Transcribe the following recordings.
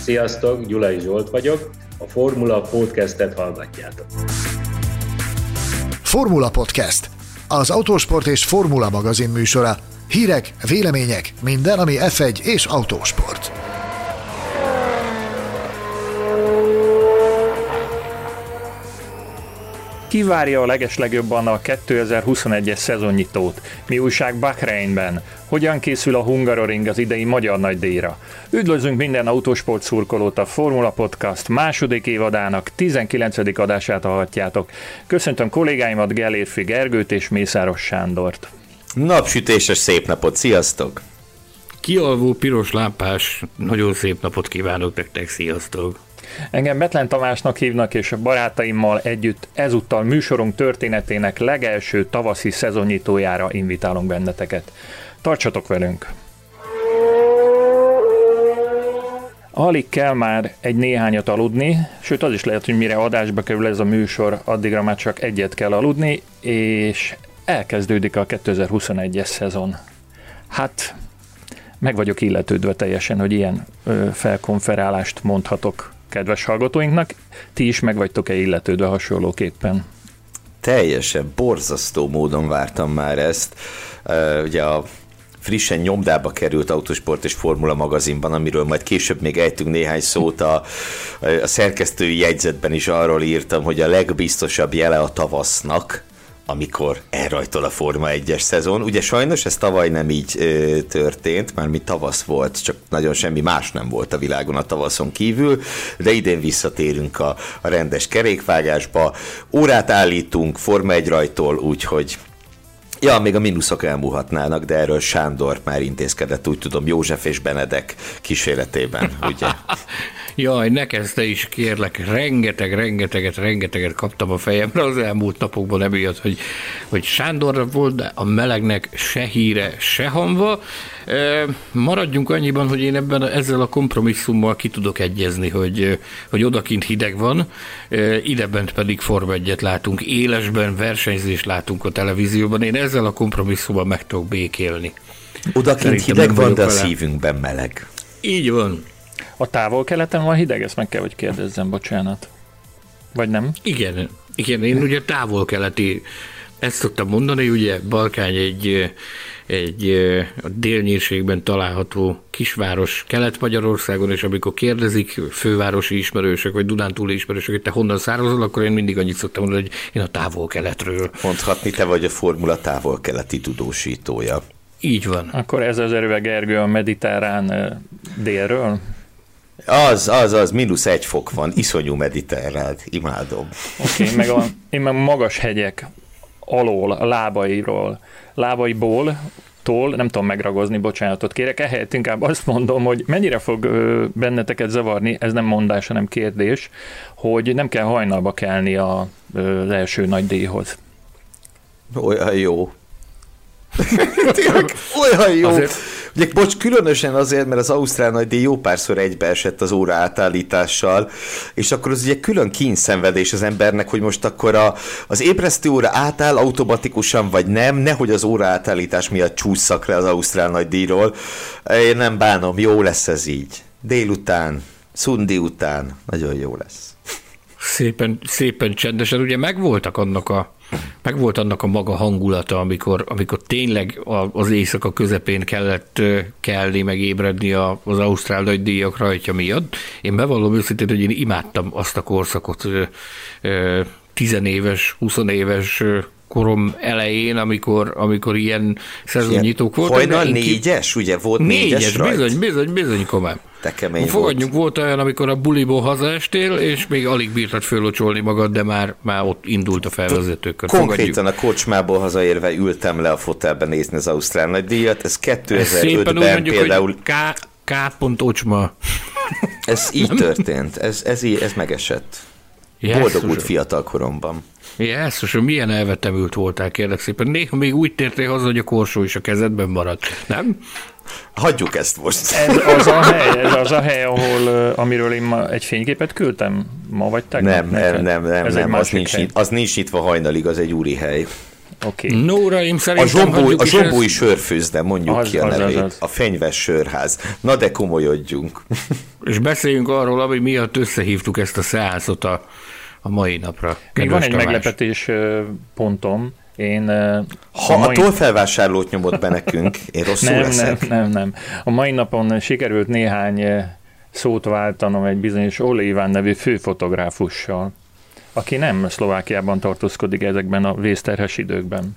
Sziasztok, Gyulai Zsolt vagyok, a Formula Podcastet hallgatjátok. Formula Podcast, az autósport és formula magazin műsora. Hírek, vélemények, minden, ami F1 és autósport. Ki várja a legeslegjobban a 2021-es szezonnyitót? Mi újság Bahreinben? Hogyan készül a Hungaroring az idei magyar nagydíjra? Üdvözlünk minden autósport szurkolót, a Formula Podcast második évadának 19. adását hallhatjátok. Köszöntöm kollégáimat, Gellérfi Gergőt és Mészáros Sándort. Napsütéses szép napot, sziasztok! Kialvó piros lámpás, nagyon szép napot kívánok nektek, sziasztok! Engem Betlen Tamásnak hívnak, és a barátaimmal együtt ezúttal műsorunk történetének legelső tavaszi szezonnyitójára invitálunk benneteket. Tartsatok velünk! Alig kell már egy néhányat aludni, sőt az is lehet, hogy mire adásba kerül ez a műsor, addigra már csak egyet kell aludni, és elkezdődik a 2021-es szezon. Hát, meg vagyok illetődve teljesen, hogy ilyen felkonferálást mondhatok kedves hallgatóinknak. Ti is meg vagytok-e illetődve hasonlóképpen? Teljesen borzasztó módon vártam már ezt. Ugye a frissen nyomdába került Autosport és Formula magazinban, amiről majd később még ejtünk néhány szót, a szerkesztői jegyzetben is arról írtam, hogy a legbiztosabb jele a tavasznak, amikor elrajtol a Forma 1-es szezon. Ugye sajnos ez tavaly nem így történt, mármint tavasz volt, csak nagyon semmi más nem volt a világon a tavaszon kívül, de idén visszatérünk a rendes kerékvágásba. Órát állítunk Forma 1 rajtól, úgyhogy ja, még a mínuszok elmúlhatnának, de erről Sándor már intézkedett, úgy tudom, József és Benedek kíséretében, ugye? Jaj, ne kezdte is, kérlek, rengeteget kaptam a fejemre az elmúlt napokban emiatt, hogy Sándorra volt, de a melegnek se híre, se hamva. Maradjunk annyiban, hogy én ezzel a kompromisszummal ki tudok egyezni, hogy odakint hideg van, idebent pedig Forma 1-et látunk, élesben versenyzést látunk a televízióban, én ezzel a kompromisszummal meg tudok békélni. Odakint Szerintem hideg van, de a vele. szívünkben meleg. Így van. A távol-keleten van hideg? Ezt meg kell, hogy kérdezzem, bocsánat. Vagy nem? Igen, én ugye távol-keleti, ezt szoktam mondani, ugye Balkány egy a délnyírségben található kisváros Kelet-Magyarországon, és amikor kérdezik fővárosi ismerősök, vagy dunántúli ismerősök, hogy te honnan származol, akkor én mindig annyit szoktam mondani, hogy én a távol-keletről. Mondhatni, te vagy a Formula távol-keleti tudósítója. Így van. Akkor ez az erővel, Gergő, a mediterrán délről? Az, -1 fok van, iszonyú mediterrán, imádom. Oké, én meg magas hegyek alól, a lábaiból, nem tudom megragozni, bocsánatot kérek, ehelyett inkább azt mondom, hogy mennyire fog benneteket zavarni, ez nem mondás, hanem kérdés, hogy nem kell hajnalba kelni az első nagy díjhoz. Olyan jó. Olyan jó. Ugye, bocs, különösen azért, mert az ausztrál nagydíj jó párszor egybeesett az óra átállítással, és akkor az ugye külön kínszenvedés az embernek, hogy most akkor az ébresztő óra átáll automatikusan, vagy nem, nehogy az óra átállítás miatt csúszszak le az ausztrál nagydíjról. Én nem bánom, jó lesz ez így. Délután, szundi után, nagyon jó lesz. Szépen csendesen, ugye megvolt annak a maga hangulata, amikor tényleg az éjszaka közepén kellett kelni, meg ébredni az ausztrál nagydíjak rajtja miatt. Én bevallom őszintén, hogy én imádtam azt a korszakot 10 éves, 20 éves korom elején, amikor ilyen szezonnyitók voltak. Hajnal 4-es, ugye volt 4-es rajt? Bizony, komám. Te kemény Fogadjunk, volt olyan, amikor a buliból hazaestél, és még alig bírtad fölocsolni magad, de már ott indult a felvezetőkör. Konkrétan a kocsmából hazaérve ültem le a fotelben nézni az ausztrál nagydíjat, ez 2005-ben például... K. Ocsma. Ez így történt, ez megesett. Boldog úgy fiatal koromban. Jézus, milyen elvetemült voltál, kérlek szépen. Néha még úgy tértél haza, hogy a korsó is a kezedben maradt, nem? Hagyjuk ezt most. Ez az a hely, amiről én ma egy fényképet küldtem ma vagy tegnap? Nem, az nincs nyitva hajnalig, az egy úri hely. Oké. No, uraim, szerintem a zsombói sörfőzde, mondjuk ki a nevét. A Fenyves Sörház. Na de komolyodjunk. És beszéljünk arról, ami miatt összehívtuk ezt a szeánszot a mai napra. Még van egy meglepetés pontom. Ha a tollfelvásárlót nyomod be nekünk, én rosszul leszek. Nem. A mai napon sikerült néhány szót váltanom egy bizonyos Ole Iván nevű főfotográfussal, aki nem Szlovákiában tartózkodik ezekben a vészterhes időkben,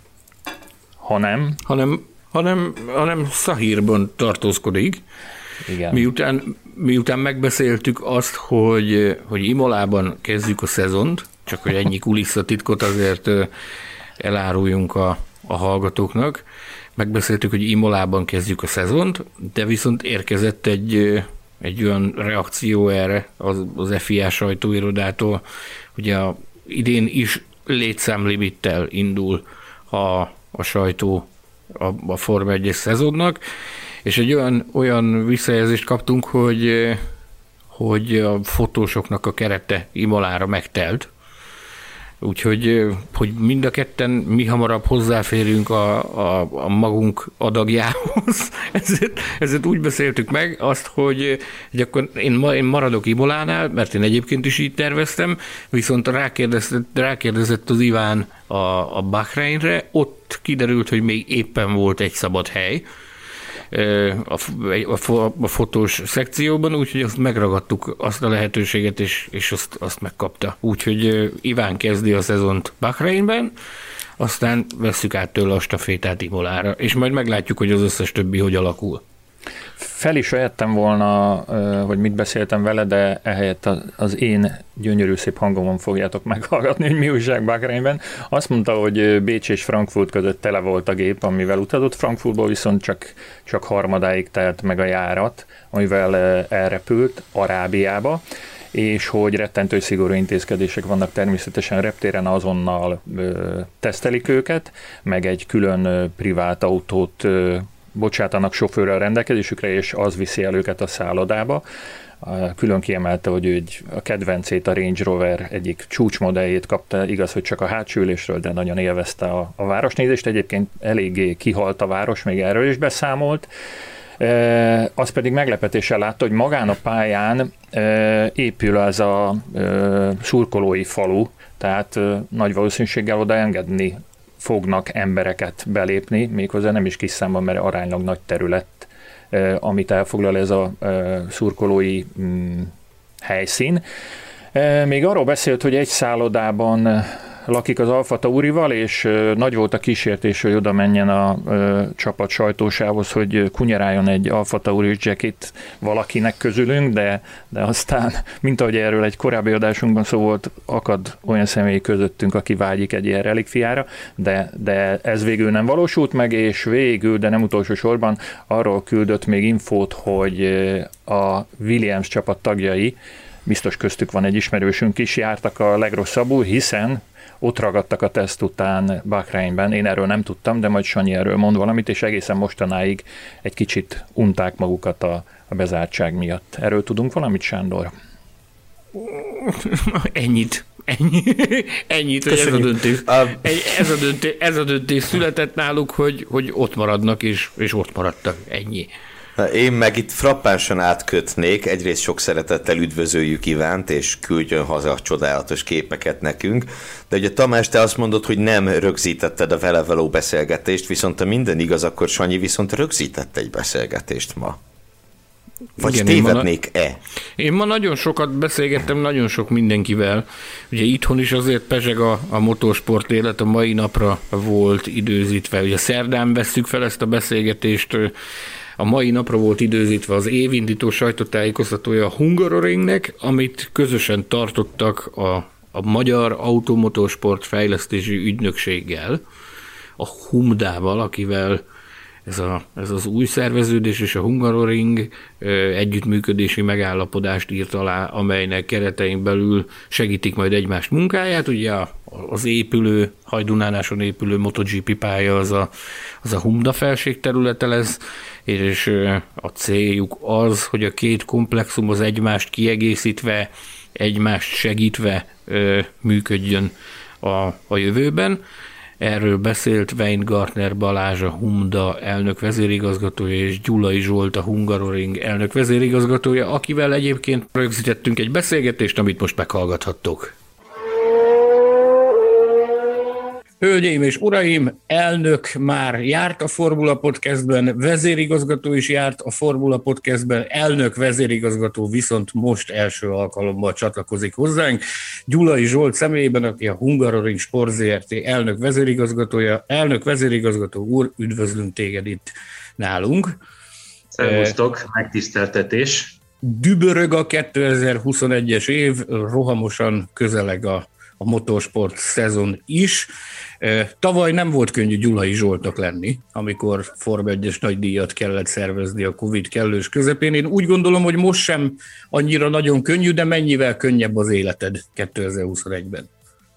hanem Szahírban tartózkodik. Igen. Miután megbeszéltük azt, hogy Imolában kezdjük a szezont, csak hogy ennyi kulisszatitkot azért eláruljunk a hallgatóknak. Megbeszéltük, hogy Imolában kezdjük a szezont, de viszont érkezett egy olyan reakció erre az FIA sajtóirodától, hogy idén is létszámlimittel indul a sajtó a Forma 1-es szezonnak, és egy olyan visszajelzést kaptunk, hogy a fotósoknak a kerete Imolára megtelt, úgyhogy hogy mind a ketten mi hamarabb hozzáférünk a magunk adagjához. Ezért úgy beszéltük meg azt, hogy akkor én maradok Imolánál, mert én egyébként is így terveztem, viszont rákérdezett az Iván a Bahreinre, ott kiderült, hogy még éppen volt egy szabad hely a fotós szekcióban, úgyhogy azt megragadtuk, azt a lehetőséget, és azt megkapta. Úgyhogy Iván kezdi a szezont Bahreinben, aztán vesszük át tőle a stafétát Imolára, és majd meglátjuk, hogy az összes többi hogy alakul. Fel is vehettem volna, hogy mit beszéltem vele, de ehelyett az én gyönyörű szép hangomon fogjátok meghallgatni, hogy mi újság Bahreinben. Azt mondta, hogy Bécs és Frankfurt között tele volt a gép, amivel utazott, Frankfurtból viszont csak harmadáig telt meg a járat, amivel elrepült Arábiába, és hogy rettentő szigorú intézkedések vannak természetesen reptéren, azonnal tesztelik őket, meg egy külön privát autót bocsátanak sofőrrel rendelkezésükre, és az viszi el őket a szállodába. Külön kiemelte, hogy a kedvencét, a Range Rover egyik csúcsmodelljét kapta, igaz, hogy csak a hátsó ülésről, de nagyon élvezte a városnézést. Egyébként eléggé kihalt a város, még erről is beszámolt. Az pedig meglepetéssel látta, hogy magán a pályán épül ez a szurkolói falu, tehát nagy valószínűséggel oda engedni fognak embereket belépni, méghozzá nem is kis számban, mert aránylag nagy terület, amit elfoglal ez a szurkolói helyszín. Még arról beszélt, hogy egy szállodában lakik az Alfa Taurival, és nagy volt a kísértés, hogy oda menjen a csapat sajtósához, hogy kunyeráljon egy Alfa Tauri jacket valakinek közülünk, de aztán, mint ahogy erről egy korábbi adásunkban szó volt, akad olyan személy közöttünk, aki vágyik egy ilyen relikviára, de ez végül nem valósult meg, és végül, de nem utolsó sorban arról küldött még infót, hogy a Williams csapat tagjai, biztos köztük van egy ismerősünk is, jártak a legrosszabbul, hiszen ott ragadtak a teszt után Bahreinben. Én erről nem tudtam, de majd Sanyi erről mond valamit, és egészen mostanáig egy kicsit unták magukat a bezártság miatt. Erről tudunk valamit, Sándor? Ennyit, hogy ez a döntés született náluk, hogy ott maradnak, és ott maradtak. Ennyi. Én meg itt frappánsan átkötnék, egyrészt sok szeretettel üdvözöljük Ivánt, és küldjön haza csodálatos képeket nekünk, de ugye Tamás, te azt mondod, hogy nem rögzítetted a vele való beszélgetést, viszont ha minden igaz, akkor Sanyi viszont rögzített egy beszélgetést ma. Vagy igen, tévednék-e? Én ma nagyon sokat beszélgettem, nagyon sok mindenkivel. Ugye itthon is azért pezseg a motorsport élet, a mai napra volt időzítve. Ugye szerdán vesszük fel ezt a beszélgetést, a mai napra volt időzítve az évindító sajtótájékoztatója a Hungaroringnek, amit közösen tartottak a Magyar Automotorsport Fejlesztési Ügynökséggel, a HUMDával, akivel ez az új szerveződés és a Hungaroring együttműködési megállapodást írt alá, amelynek keretein belül segítik majd egymást munkáját. Ugye az épülő, Hajdunánáson épülő MotoGP pálya az a HUMDA felségterülete lesz, és a céljuk az, hogy a két komplexum az egymást kiegészítve, egymást segítve működjön a jövőben. Erről beszélt Weingartner Balázs, a Humda elnök vezérigazgatója, és Gyulai Zsolt, a Hungaroring elnök vezérigazgatója, akivel egyébként rögzítettünk egy beszélgetést, amit most meghallgathattok. Hölgyeim és uraim, elnök már járt a Formula Podcastben, vezérigazgató is járt a Formula Podcastben, elnök vezérigazgató viszont most első alkalommal csatlakozik hozzánk. Gyulai Zsolt személyében, aki a Hungaroring Sport Zrt. Elnök vezérigazgatója. Elnök vezérigazgató úr, üdvözlünk téged itt nálunk. Szervusztok, megtiszteltetés. Dübörög a 2021-es év, rohamosan közeleg a motorsport szezon is. Tavaly nem volt könnyű Gyulai Zsoltnak lenni, amikor Forma 1-es nagydíjat kellett szervezni a Covid kellős közepén. Én úgy gondolom, hogy most sem annyira nagyon könnyű, de mennyivel könnyebb az életed 2021-ben?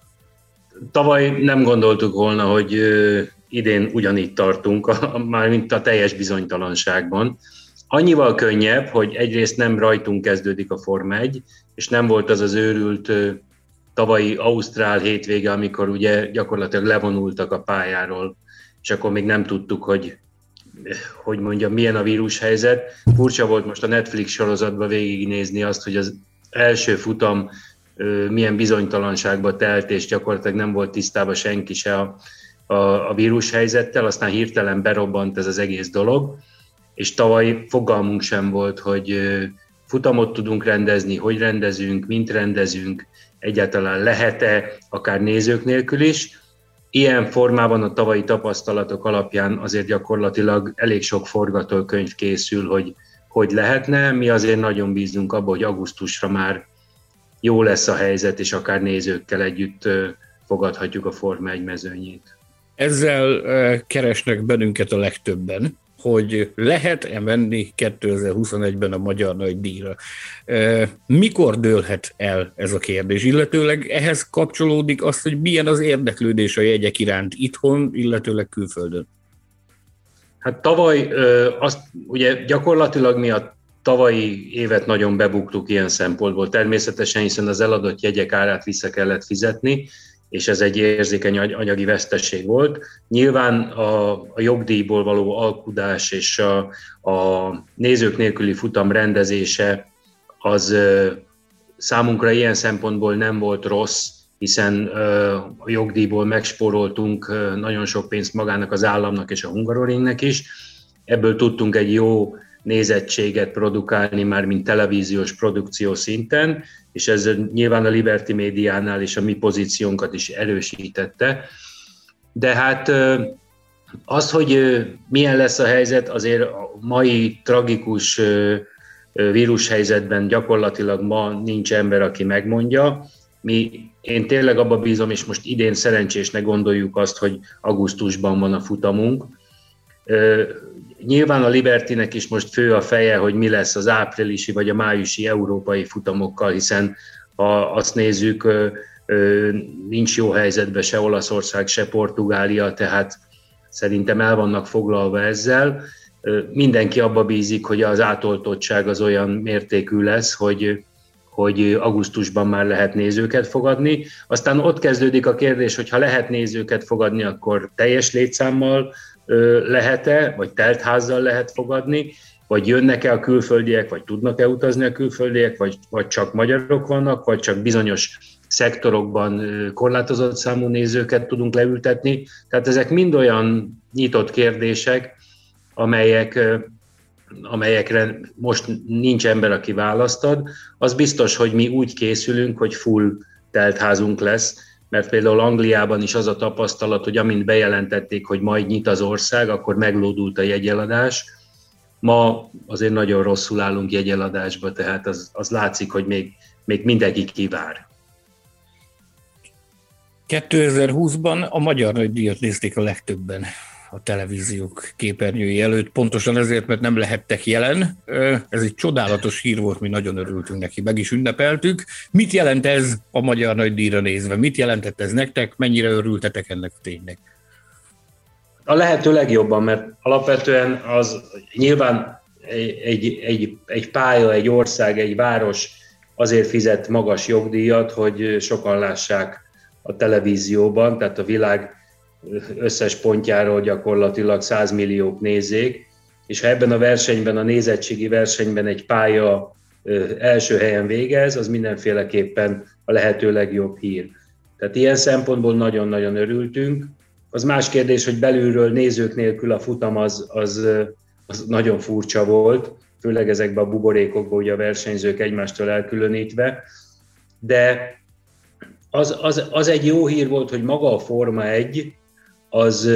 Tavaly nem gondoltuk volna, hogy idén ugyanígy tartunk, mármint a teljes bizonytalanságban. Annyival könnyebb, hogy egyrészt nem rajtunk kezdődik a Forma 1, és nem volt az az őrült tavalyi ausztrál hétvége, amikor ugye gyakorlatilag levonultak a pályáról, és akkor még nem tudtuk, hogy mondjam, milyen a vírushelyzet. Furcsa volt most a Netflix sorozatban végignézni azt, hogy az első futam milyen bizonytalanságba telt, és gyakorlatilag nem volt tisztában senki se a vírushelyzettel, aztán hirtelen berobbant ez az egész dolog, és tavaly fogalmunk sem volt, hogy futamot tudunk rendezni, hogy rendezünk, mint rendezünk, egyáltalán lehet-e, akár nézők nélkül is. Ilyen formában a tavalyi tapasztalatok alapján azért gyakorlatilag elég sok forgatókönyv készül, hogy lehetne. Mi azért nagyon bízunk abban, hogy augusztusra már jó lesz a helyzet, és akár nézőkkel együtt fogadhatjuk a Forma 1 mezőnyét. Ezzel keresnek bennünket a legtöbben, hogy lehet-e menni 2021-ben a Magyar Nagydíjra. Mikor dőlhet el ez a kérdés? Illetőleg ehhez kapcsolódik az, hogy milyen az érdeklődés a jegyek iránt itthon, illetőleg külföldön? Hát tavaly, ugye gyakorlatilag mi a tavalyi évet nagyon bebuktuk ilyen szempontból. Természetesen, hiszen az eladott jegyek árát vissza kellett fizetni, és ez egy érzékeny anyagi veszteség volt. Nyilván a jogdíjból való alkudás és a nézők nélküli futam rendezése az számunkra ilyen szempontból nem volt rossz, hiszen a jogdíjból megspóroltunk nagyon sok pénzt magának az államnak és a Hungaroringnek is. Ebből tudtunk egy jó nézettséget produkálni már, mint televíziós produkció szinten, és ez nyilván a Liberty médiánál is a mi pozíciónkat is erősítette. De hát az, hogy milyen lesz a helyzet, azért a mai tragikus vírushelyzetben gyakorlatilag ma nincs ember, aki megmondja. Én tényleg abba bízom, és most idén szerencsésnek gondoljuk azt, hogy augusztusban van a futamunk. Nyilván a Libertynek is most fő a feje, hogy mi lesz az áprilisi vagy a májusi európai futamokkal, hiszen ha azt nézzük, nincs jó helyzetben se Olaszország, se Portugália, tehát szerintem el vannak foglalva ezzel. Mindenki abba bízik, hogy az átoltottság az olyan mértékű lesz, hogy augusztusban már lehet nézőket fogadni. Aztán ott kezdődik a kérdés, hogy ha lehet nézőket fogadni, akkor teljes létszámmal lehet-e, vagy teltházzal lehet fogadni, vagy jönnek-e a külföldiek, vagy tudnak-e utazni a külföldiek, vagy csak magyarok vannak, vagy csak bizonyos szektorokban korlátozott számú nézőket tudunk leültetni. Tehát ezek mind olyan nyitott kérdések, amelyekre most nincs ember, aki választ ad. Az biztos, hogy mi úgy készülünk, hogy full teltházunk lesz, mert például Angliában is az a tapasztalat, hogy amint bejelentették, hogy majd nyit az ország, akkor meglódult a jegyeladás. Ma azért nagyon rosszul állunk jegyeladásba, tehát az látszik, hogy még mindenki kivár. 2020-ban a Magyar Nagydíjat nézték a legtöbben a televíziók képernyői előtt, pontosan ezért, mert nem lehettek jelen. Ez egy csodálatos hír volt, mi nagyon örültünk neki, meg is ünnepeltük. Mit jelent ez a Magyar Nagydíjra nézve? Mit jelentett ez nektek? Mennyire örültetek ennek a ténynek? A lehető legjobban, mert alapvetően az nyilván egy pálya, egy ország, egy város azért fizet magas jogdíjat, hogy sokan lássák a televízióban, tehát a világ összes pontjáról gyakorlatilag 100 milliók nézzék, és ha ebben a versenyben, a nézettségi versenyben egy pálya első helyen végez, az mindenféleképpen a lehető legjobb hír. Tehát ilyen szempontból nagyon-nagyon örültünk. Az más kérdés, hogy belülről nézők nélkül a futam az nagyon furcsa volt, főleg ezekben a buborékokban, ugye a versenyzők egymástól elkülönítve, de az egy jó hír volt, hogy maga a Forma 1 az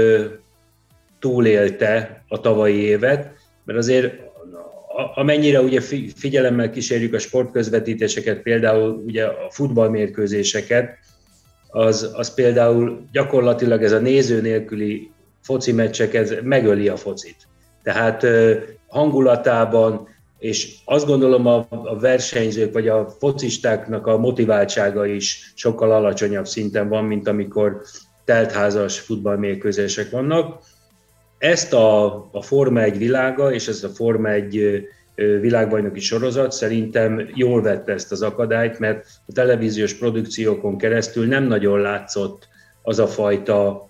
túlélte a tavalyi évet, mert azért amennyire ugye figyelemmel kísérjük a sportközvetítéseket, például ugye a futballmérkőzéseket, az például gyakorlatilag ez a néző nélküli foci meccsek, ez megöli a focit. Tehát hangulatában, és azt gondolom a versenyzők vagy a focistáknak a motiváltsága is sokkal alacsonyabb szinten van, mint amikor teltházas futballmérkőzések vannak. Ezt a Forma 1 világa és ez a Forma 1 világbajnoki sorozat szerintem jól vette ezt az akadályt, mert a televíziós produkciókon keresztül nem nagyon látszott az a fajta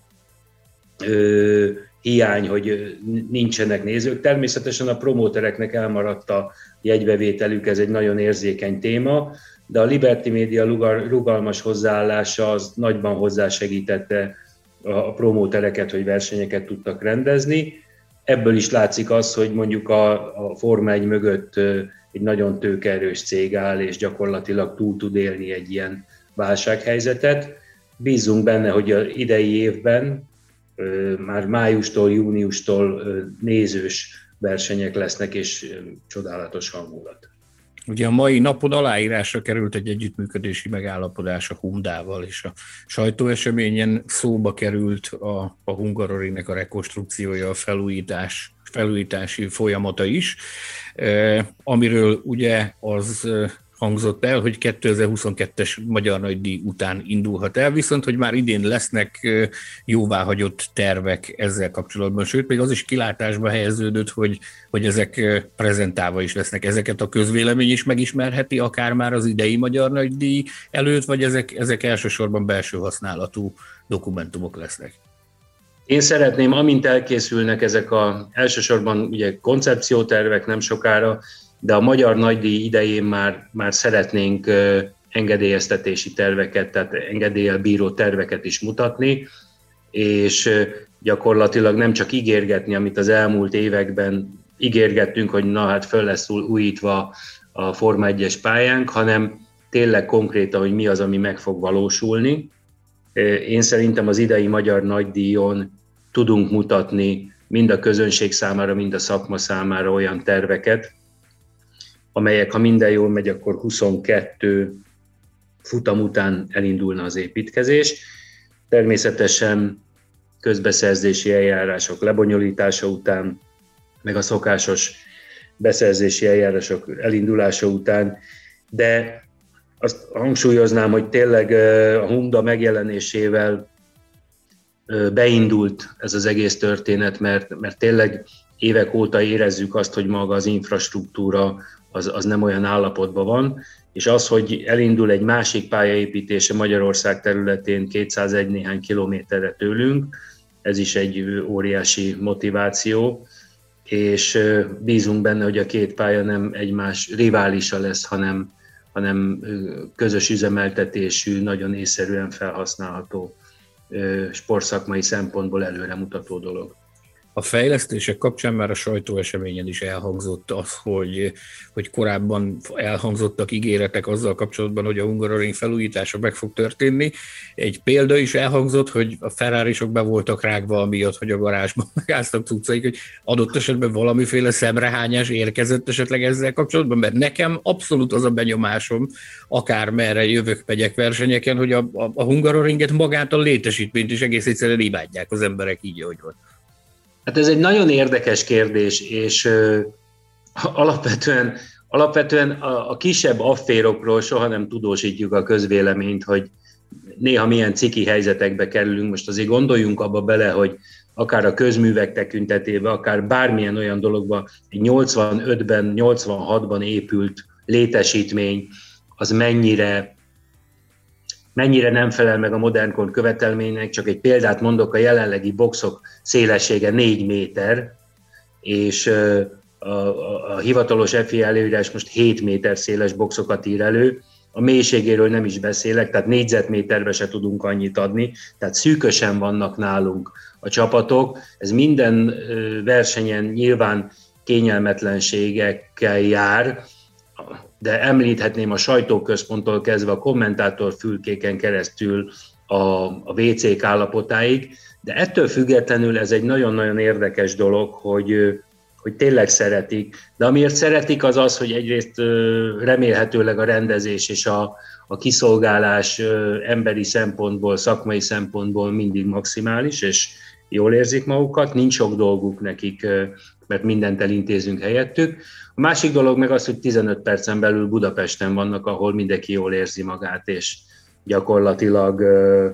hiány, hogy nincsenek nézők. Természetesen a promótereknek elmaradt a jegybevételük, ez egy nagyon érzékeny téma, de a Liberty Media rugalmas hozzáállása az nagyban hozzásegítette a promótereket, hogy versenyeket tudtak rendezni. Ebből is látszik az, hogy mondjuk a Forma 1 mögött egy nagyon tőkeerős cég áll, és gyakorlatilag túl tud élni egy ilyen válsághelyzetet. Bízunk benne, hogy az idei évben már májustól, júniustól nézős versenyek lesznek, és csodálatos hangulat. Ugye a mai napon aláírásra került egy együttműködési megállapodás a Hyundaival, és a sajtóeseményen szóba került a Hungaroringnek a rekonstrukciója, a felújítási folyamata is, amiről ugye az hangzott el, hogy 2022-es Magyar Nagydíj után indulhat el, viszont hogy már idén lesznek jóváhagyott tervek ezzel kapcsolatban, sőt, még az is kilátásba helyeződött, hogy ezek prezentálva is lesznek. Ezeket a közvélemény is megismerheti, akár már az idei Magyar Nagydíj előtt, vagy ezek elsősorban belső használatú dokumentumok lesznek? Én szeretném, amint elkészülnek ezek elsősorban ugye koncepciótervek nem sokára, de a Magyar Nagydíj idején már szeretnénk engedélyeztetési terveket, tehát engedéllyel bíró terveket is mutatni, és gyakorlatilag nem csak ígérgetni, amit az elmúlt években ígérgettünk, hogy na hát föl lesz újítva a Forma 1-es pályánk, hanem tényleg konkrétan, hogy mi az, ami meg fog valósulni. Én szerintem az idei Magyar Nagydíjon tudunk mutatni mind a közönség számára, mind a szakma számára olyan terveket, amelyek, ha minden jól megy, akkor 22 futam után elindulna az építkezés. Természetesen közbeszerzési eljárások lebonyolítása után, meg a szokásos beszerzési eljárások elindulása után, de azt hangsúlyoznám, hogy tényleg a Honda megjelenésével beindult ez az egész történet, mert tényleg évek óta érezzük azt, hogy maga az infrastruktúra az nem olyan állapotban van, és az, hogy elindul egy másik pályaépítése Magyarország területén 201 néhány kilométerre tőlünk, ez is egy óriási motiváció, és bízunk benne, hogy a két pálya nem egymás riválisa lesz, hanem közös üzemeltetésű, nagyon észszerűen felhasználható sportszakmai szempontból előremutató dolog. A fejlesztések kapcsán már a sajtóeseményen is elhangzott az, hogy korábban elhangzottak ígéretek azzal kapcsolatban, hogy a Hungaroring felújítása meg fog történni. Egy példa is elhangzott, hogy a Ferrarisok be voltak rágva amiatt, hogy a garázsban megálltak cuccaik, hogy adott esetben valamiféle szemrehányás érkezett esetleg ezzel kapcsolatban, mert nekem abszolút az a benyomásom, akármerre jövök, megyek versenyeken, hogy a Hungaroringet magát a létesítményt is egész egyszerűen imádják az emberek így, ahogy van. Hát ez egy nagyon érdekes kérdés, és alapvetően a kisebb afférokról soha nem tudósítjuk a közvéleményt, hogy néha milyen ciki helyzetekbe kerülünk. Most azért gondoljunk abba bele, hogy akár a közművek tekintetében, akár bármilyen olyan dologban, egy 85-ben, 86-ban épült létesítmény, az mennyire mennyire nem felel meg a modernkor követelménynek, csak egy példát mondok, a jelenlegi boxok szélessége 4 méter, és a hivatalos FIA előírás most 7 méter széles boxokat ír elő, a mélységéről nem is beszélek, tehát négyzetméterbe se tudunk annyit adni, tehát szűkösen vannak nálunk a csapatok. Ez minden versenyen nyilván kényelmetlenségekkel jár, de említhetném a sajtóközponttól kezdve a kommentátorfülkéken keresztül a WC-k állapotáig, de ettől függetlenül ez egy nagyon-nagyon érdekes dolog, hogy tényleg szeretik. De amiért szeretik az az, hogy egyrészt remélhetőleg a rendezés és a kiszolgálás emberi szempontból, szakmai szempontból mindig maximális, és jól érzik magukat, nincs sok dolguk nekik, mert mindent elintézünk helyettük. A másik dolog meg az, hogy 15 percen belül Budapesten vannak, ahol mindenki jól érzi magát, és gyakorlatilag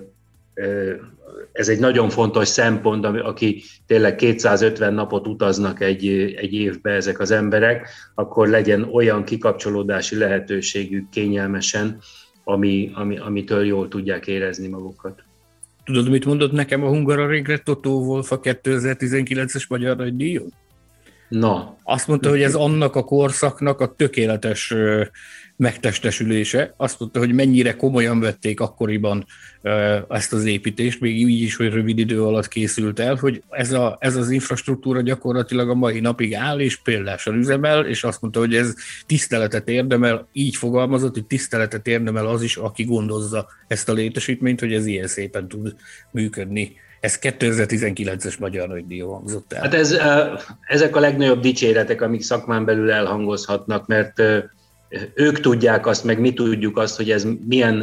ez egy nagyon fontos szempont, aki tényleg 250 napot utaznak egy évbe ezek az emberek, akkor legyen olyan kikapcsolódási lehetőségük kényelmesen, amitől jól tudják érezni magukat. Tudod, mit mondott nekem a Hungaroringre Totó Wolff a 2019-es Magyar Nagydíjon? Na. Azt mondta, hogy ez annak a korszaknak a tökéletes megtestesülése. Azt mondta, hogy mennyire komolyan vették akkoriban ezt az építést, még így is, hogy rövid idő alatt készült el, hogy ez az infrastruktúra gyakorlatilag a mai napig áll, és példásan üzemel, és azt mondta, hogy ez tiszteletet érdemel, így fogalmazott, hogy tiszteletet érdemel az is, aki gondozza ezt a létesítményt, hogy ez ilyen szépen tud működni. Ez 2019-es Magyar Nagydíjon hangzott el. Hát ezek a legnagyobb dicséretek, amik szakmán belül elhangozhatnak, mert ők tudják azt, meg mi tudjuk azt, hogy ez milyen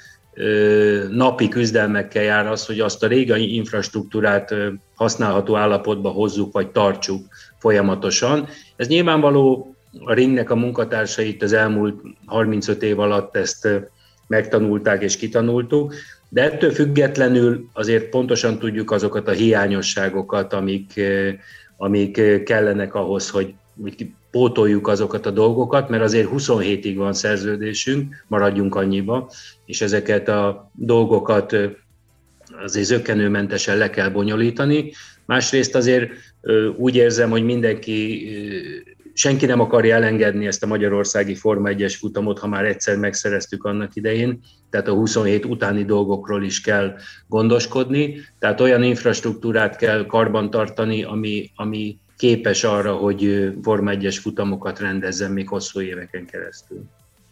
napi küzdelmekkel jár az, hogy azt a régi infrastruktúrát használható állapotba hozzuk, vagy tartsuk folyamatosan. Ez nyilvánvaló, a ringnek a munkatársait az elmúlt 35 év alatt ezt megtanulták és kitanultuk, de ettől függetlenül azért pontosan tudjuk azokat a hiányosságokat, amik kellenek ahhoz, hogy pótoljuk azokat a dolgokat, mert azért 27-ig van szerződésünk, maradjunk annyiba, és ezeket a dolgokat azért zökkenőmentesen le kell bonyolítani. Másrészt azért úgy érzem, hogy senki nem akarja elengedni ezt a magyarországi Forma 1-es futamot, ha már egyszer megszereztük annak idején, tehát a 27 utáni dolgokról is kell gondoskodni, tehát olyan infrastruktúrát kell karbantartani, ami képes arra, hogy Forma 1-es futamokat rendezzen még hosszú éveken keresztül.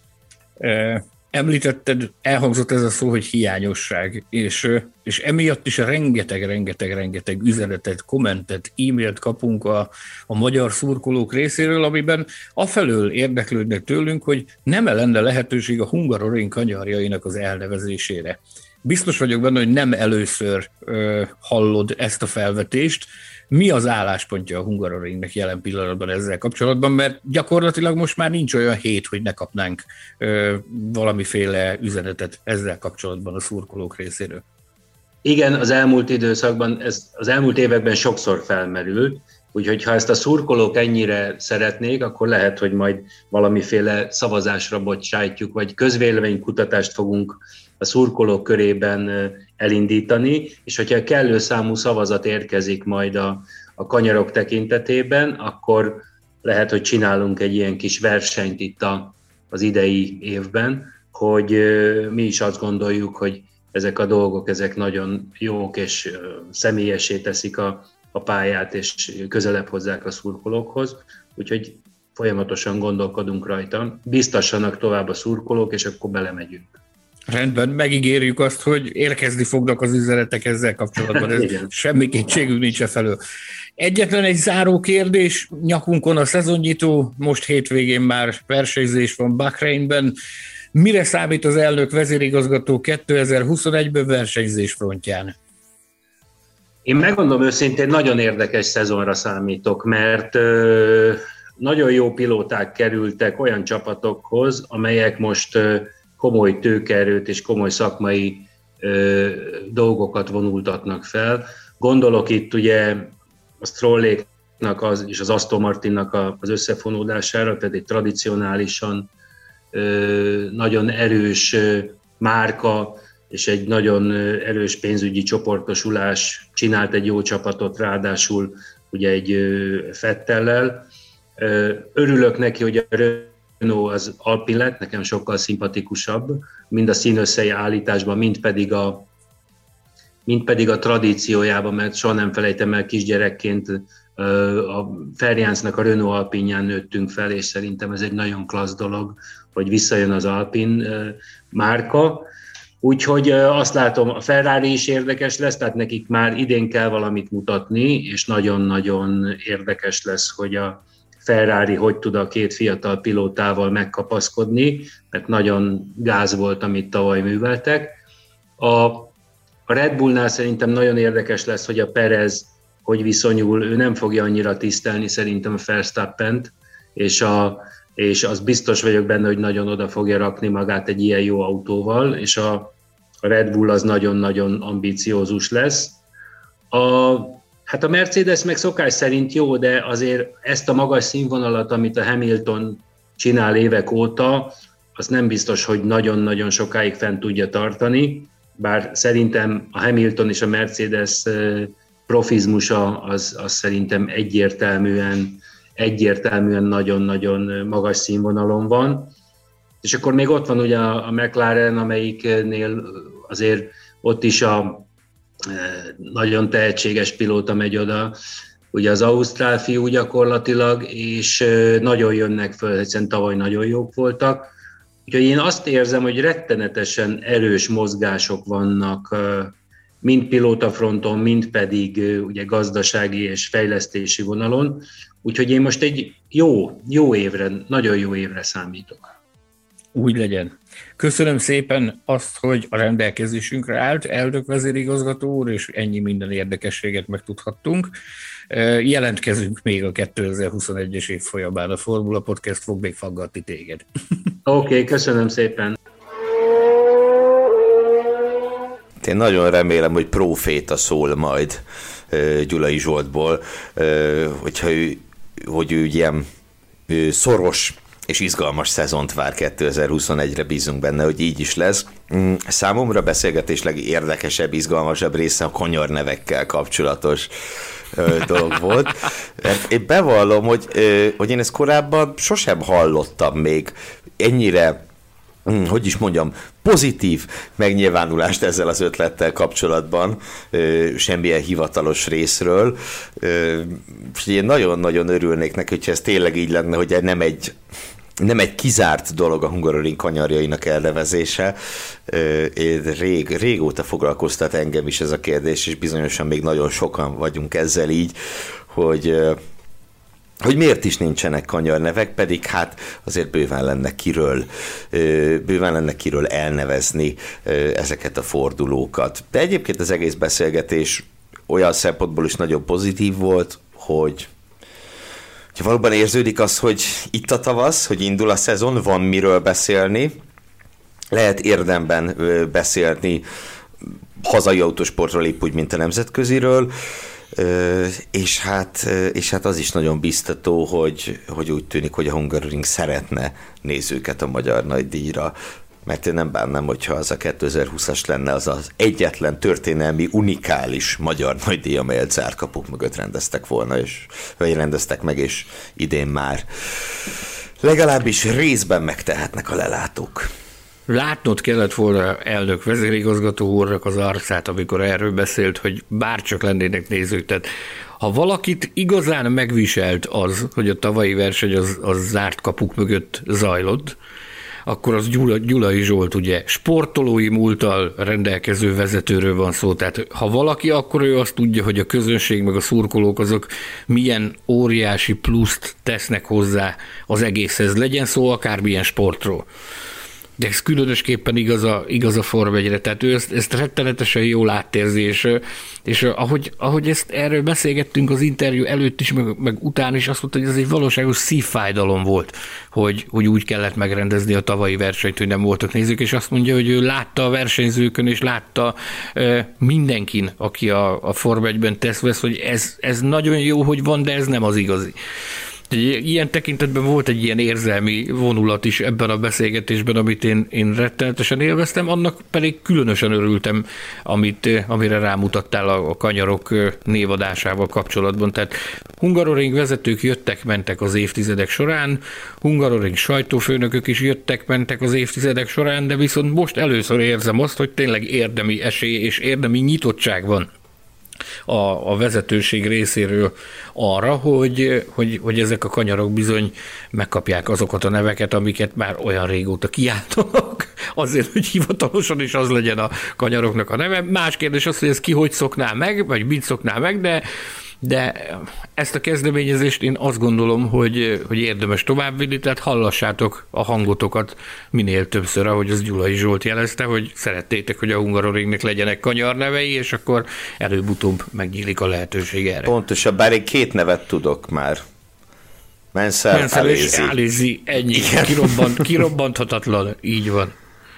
Említetted, elhangzott ez a szó, hogy hiányosság, és emiatt is rengeteg üzenetet, kommentet, e-mailt kapunk a magyar szurkolók részéről, amiben afelől érdeklődnek tőlünk, hogy nem lenne lehetőség a Hungaroring kanyarjainak az elnevezésére. Biztos vagyok benne, hogy nem először hallod ezt a felvetést. Mi az álláspontja a Hungaroringnek jelen pillanatban ezzel kapcsolatban, mert gyakorlatilag most már nincs olyan hét, hogy ne kapnánk valamiféle üzenetet ezzel kapcsolatban a szurkolók részéről. Igen, az elmúlt időszakban, az elmúlt években sokszor felmerült, úgyhogy ha ezt a szurkolók ennyire szeretnék, akkor lehet, hogy majd valamiféle szavazásra bocsájtjuk, vagy közvéleménykutatást fogunk a szurkolók körében elindítani, és hogyha kellő számú szavazat érkezik majd a kanyarok tekintetében, akkor lehet, hogy csinálunk egy ilyen kis versenyt itt az idei évben, hogy mi is azt gondoljuk, hogy ezek a dolgok, ezek nagyon jók, és személyessé teszik a pályát, és közelebb hozzák a szurkolókhoz. Úgyhogy folyamatosan gondolkodunk rajta. Biztassanak tovább a szurkolók, és akkor belemegyünk. Rendben, megígérjük azt, hogy érkezni fognak az üzenetek ezzel kapcsolatban, ez semmi kétségünk nincs felől. Egyetlen egy záró kérdés, nyakunkon a szezonnyitó, most hétvégén már versenyzés van Bahreinben. Mire számít az elnök vezérigazgató 2021-ben versenyzés frontján? Én megmondom őszintén, nagyon érdekes szezonra számítok, mert nagyon jó pilóták kerültek olyan csapatokhoz, amelyek most komoly tőkeerőt és komoly szakmai dolgokat vonultatnak fel. Gondolok itt ugye a Strolléknak és az Aston Martinnak az összefonódására, tehát egy tradicionálisan nagyon erős márka, és egy nagyon erős pénzügyi csoportosulás csinált egy jó csapatot, ráadásul ugye egy Vettellel. Örülök neki, hogy a Renault az Alpin lett, nekem sokkal szimpatikusabb, mind a színösszei állításban, mind pedig a tradíciójában, mert soha nem felejtem el, kisgyerekként a Ferjánsznak a Renault Alpinján nőttünk fel, és szerintem ez egy nagyon klassz dolog, hogy visszajön az Alpin márka. Úgyhogy azt látom, a Ferrari is érdekes lesz, tehát nekik már idén kell valamit mutatni, és nagyon-nagyon érdekes lesz, hogy a Ferrari hogy tud a két fiatal pilótával megkapaszkodni, mert nagyon gáz volt, amit tavaly műveltek. A Red Bullnál szerintem nagyon érdekes lesz, hogy a Perez hogy viszonyul, ő nem fogja annyira tisztelni szerintem a Verstappent, és az biztos vagyok benne, hogy nagyon oda fogja rakni magát egy ilyen jó autóval, és a Red Bull az nagyon-nagyon ambiciózus lesz. Hát a Mercedes meg szokás szerint jó, de azért ezt a magas színvonalat, amit a Hamilton csinál évek óta, az nem biztos, hogy nagyon-nagyon sokáig fent tudja tartani, bár szerintem a Hamilton és a Mercedes profizmusa az szerintem egyértelműen nagyon-nagyon magas színvonalon van. És akkor még ott van ugye a McLaren, amelyiknél azért ott is a nagyon tehetséges pilóta megy oda, ugye az ausztrál fiú gyakorlatilag, és nagyon jönnek föl, hiszen tavaly nagyon jók voltak. Úgyhogy én azt érzem, hogy rettenetesen erős mozgások vannak, mind pilótafronton, mind pedig ugye gazdasági és fejlesztési vonalon. Úgyhogy én most egy jó évre, nagyon jó évre számítok. Úgy legyen. Köszönöm szépen azt, hogy a rendelkezésünkre állt, elnök vezérigazgató úr, és ennyi minden érdekességet megtudhattunk. Jelentkezünk még a 2021-es év folyamán, a Formula Podcast fog még faggatni téged. Oké, köszönöm szépen. Én nagyon remélem, hogy próféta szól majd Gyulai Zsoltból, hogy ő ilyen szoros és izgalmas szezont vár 2021-re, bízunk benne, hogy így is lesz. Számomra a beszélgetés legérdekesebb, izgalmasabb része a kanyarnevekkel kapcsolatos dolog volt. Én bevallom, hogy én ezt korábban sosem hallottam még ennyire, hogy is mondjam, pozitív megnyilvánulást ezzel az ötlettel kapcsolatban, semmilyen hivatalos részről. Én nagyon-nagyon örülnék neki, hogyha ez tényleg így lenne, hogy nem egy kizárt dolog a Hungaroring kanyarjainak elnevezése. Régóta foglalkoztat engem is ez a kérdés, és bizonyosan még nagyon sokan vagyunk ezzel így, hogy miért is nincsenek kanyarnevek, pedig hát azért bőven lenne kiről elnevezni ezeket a fordulókat. De egyébként az egész beszélgetés olyan szempontból is nagyon pozitív volt, hogy valóban érződik az, hogy itt a tavasz, hogy indul a szezon, van miről beszélni, lehet érdemben beszélni hazai autósportról épp úgy, mint a nemzetköziről, és hát az is nagyon biztató, hogy úgy tűnik, hogy a Hungaroring szeretne nézőket a magyar nagydíjra, mert én nem bánnám, hogyha az a 2020-as lenne az az egyetlen történelmi, unikális magyar nagydíj, amelyet zárt kapuk mögött rendeztek volna, vagy rendeztek meg, és idén már legalábbis részben megtehetnek a lelátók. Látnod kellett volna elnök vezérigazgató úrnak az arcát, amikor erről beszélt, hogy bárcsak lennének nézők. Tehát ha valakit igazán megviselt az, hogy a tavalyi verseny az zárt kapuk mögött zajlott, akkor az Gyulai Zsolt, ugye sportolói múlttal rendelkező vezetőről van szó. Tehát ha valaki, akkor ő azt tudja, hogy a közönség meg a szurkolók azok milyen óriási pluszt tesznek hozzá az egészhez. Legyen szó akármilyen sportról. De ez különösképpen igaz a Form 1-re, tehát ő ezt rettenetesen jól átérzi, és ahogy ezt erről beszélgettünk az interjú előtt is, meg után is, azt mondta, hogy ez egy valóságos szívfájdalom volt, hogy úgy kellett megrendezni a tavalyi versenyt, hogy nem voltak nézők, és azt mondja, hogy ő látta a versenyzőkön, és látta mindenkin, aki a Form 1-ben vesz, hogy ez nagyon jó, hogy van, de ez nem az igazi. Ilyen tekintetben volt egy ilyen érzelmi vonulat is ebben a beszélgetésben, amit én rettenetesen élveztem, annak pedig különösen örültem, amire rámutattál a kanyarok névadásával kapcsolatban. Tehát Hungaroring vezetők jöttek-mentek az évtizedek során, Hungaroring sajtófőnökök is jöttek-mentek az évtizedek során, de viszont most először érzem azt, hogy tényleg érdemi esély és érdemi nyitottság van a vezetőség részéről arra, hogy ezek a kanyarok bizony megkapják azokat a neveket, amiket már olyan régóta kiáltanak, azért, hogy hivatalosan is az legyen a kanyaroknak a neve. Más kérdés az, hogy ez ki hogy szokná meg, vagy mit szokná meg, de ezt a kezdeményezést én azt gondolom, hogy érdemes továbbvinni, tehát hallassátok a hangotokat minél többször, ahogy az Gyulai Zsolt jelezte, hogy szerettétek, hogy a Hungaroringnek legyenek kanyarnevei, és akkor előbb-utóbb megnyílik a lehetőség erre. Pontosan, bár én 2 nevet tudok már. Mansell és Alesi, ennyi, kirobbanthatatlan, így van.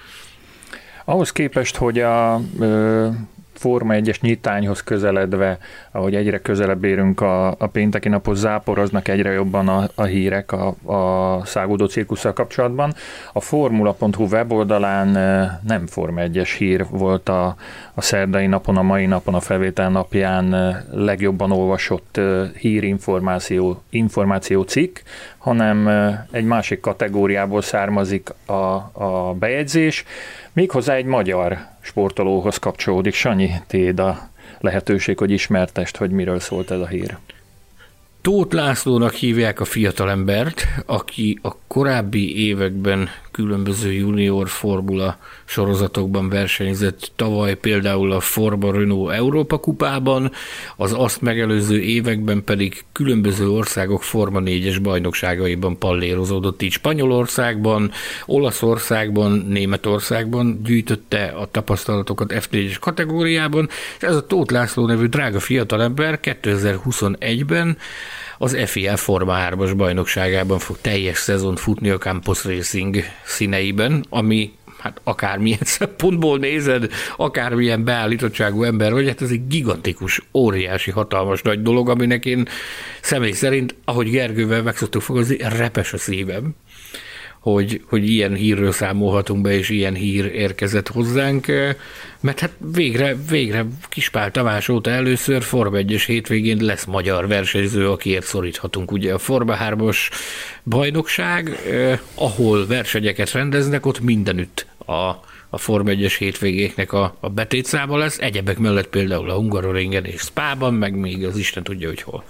Ahhoz képest, hogy a Forma 1-es nyitányhoz közeledve, ahogy egyre közelebb érünk a pénteki naphoz, záporoznak egyre jobban a hírek a száguldó cirkusszal kapcsolatban. A formula.hu weboldalán nem Forma 1-es hír volt a szerdai napon, a mai napon, a felvétel napján legjobban olvasott hírinformáció cikk, hanem egy másik kategóriából származik a bejegyzés, méghozzá egy magyar sportolóhoz kapcsolódik. Sanyi, téd a lehetőség, hogy ismertest, hogy miről szólt ez a hír. Tóth Lászlónak hívják a fiatalembert, aki a korábbi években különböző junior formula sorozatokban versenyzett, tavaly például a Forma Renault Európa kupában, az azt megelőző években pedig különböző országok Forma 4-es bajnokságaiban pallérozódott, így Spanyolországban, Olaszországban, Németországban gyűjtötte a tapasztalatokat F4-es kategóriában, és ez a Tóth László nevű drága fiatalember 2021-ben az FIA Forma 3-as bajnokságában fog teljes szezont futni a Campos Racing színeiben, ami hát akármilyen szempontból nézed, akármilyen beállítottságú ember vagy, hát ez egy gigantikus, óriási, hatalmas nagy dolog, aminek én személy szerint, ahogy Gergővel meg szoktuk fogalmazni, repes a szívem, hogy ilyen hírről számolhatunk be, és ilyen hír érkezett hozzánk, mert hát végre Kispál Tamás óta először Forma 1-es hétvégén lesz magyar versenyző, akiért szoríthatunk. Ugye a Forma 3-as bajnokság, ahol versenyeket rendeznek, ott mindenütt a Forma 1-es hétvégéknek a betétszáma lesz, egyebek mellett például a Hungaroringen és Spában, meg még az Isten tudja, hogy hol.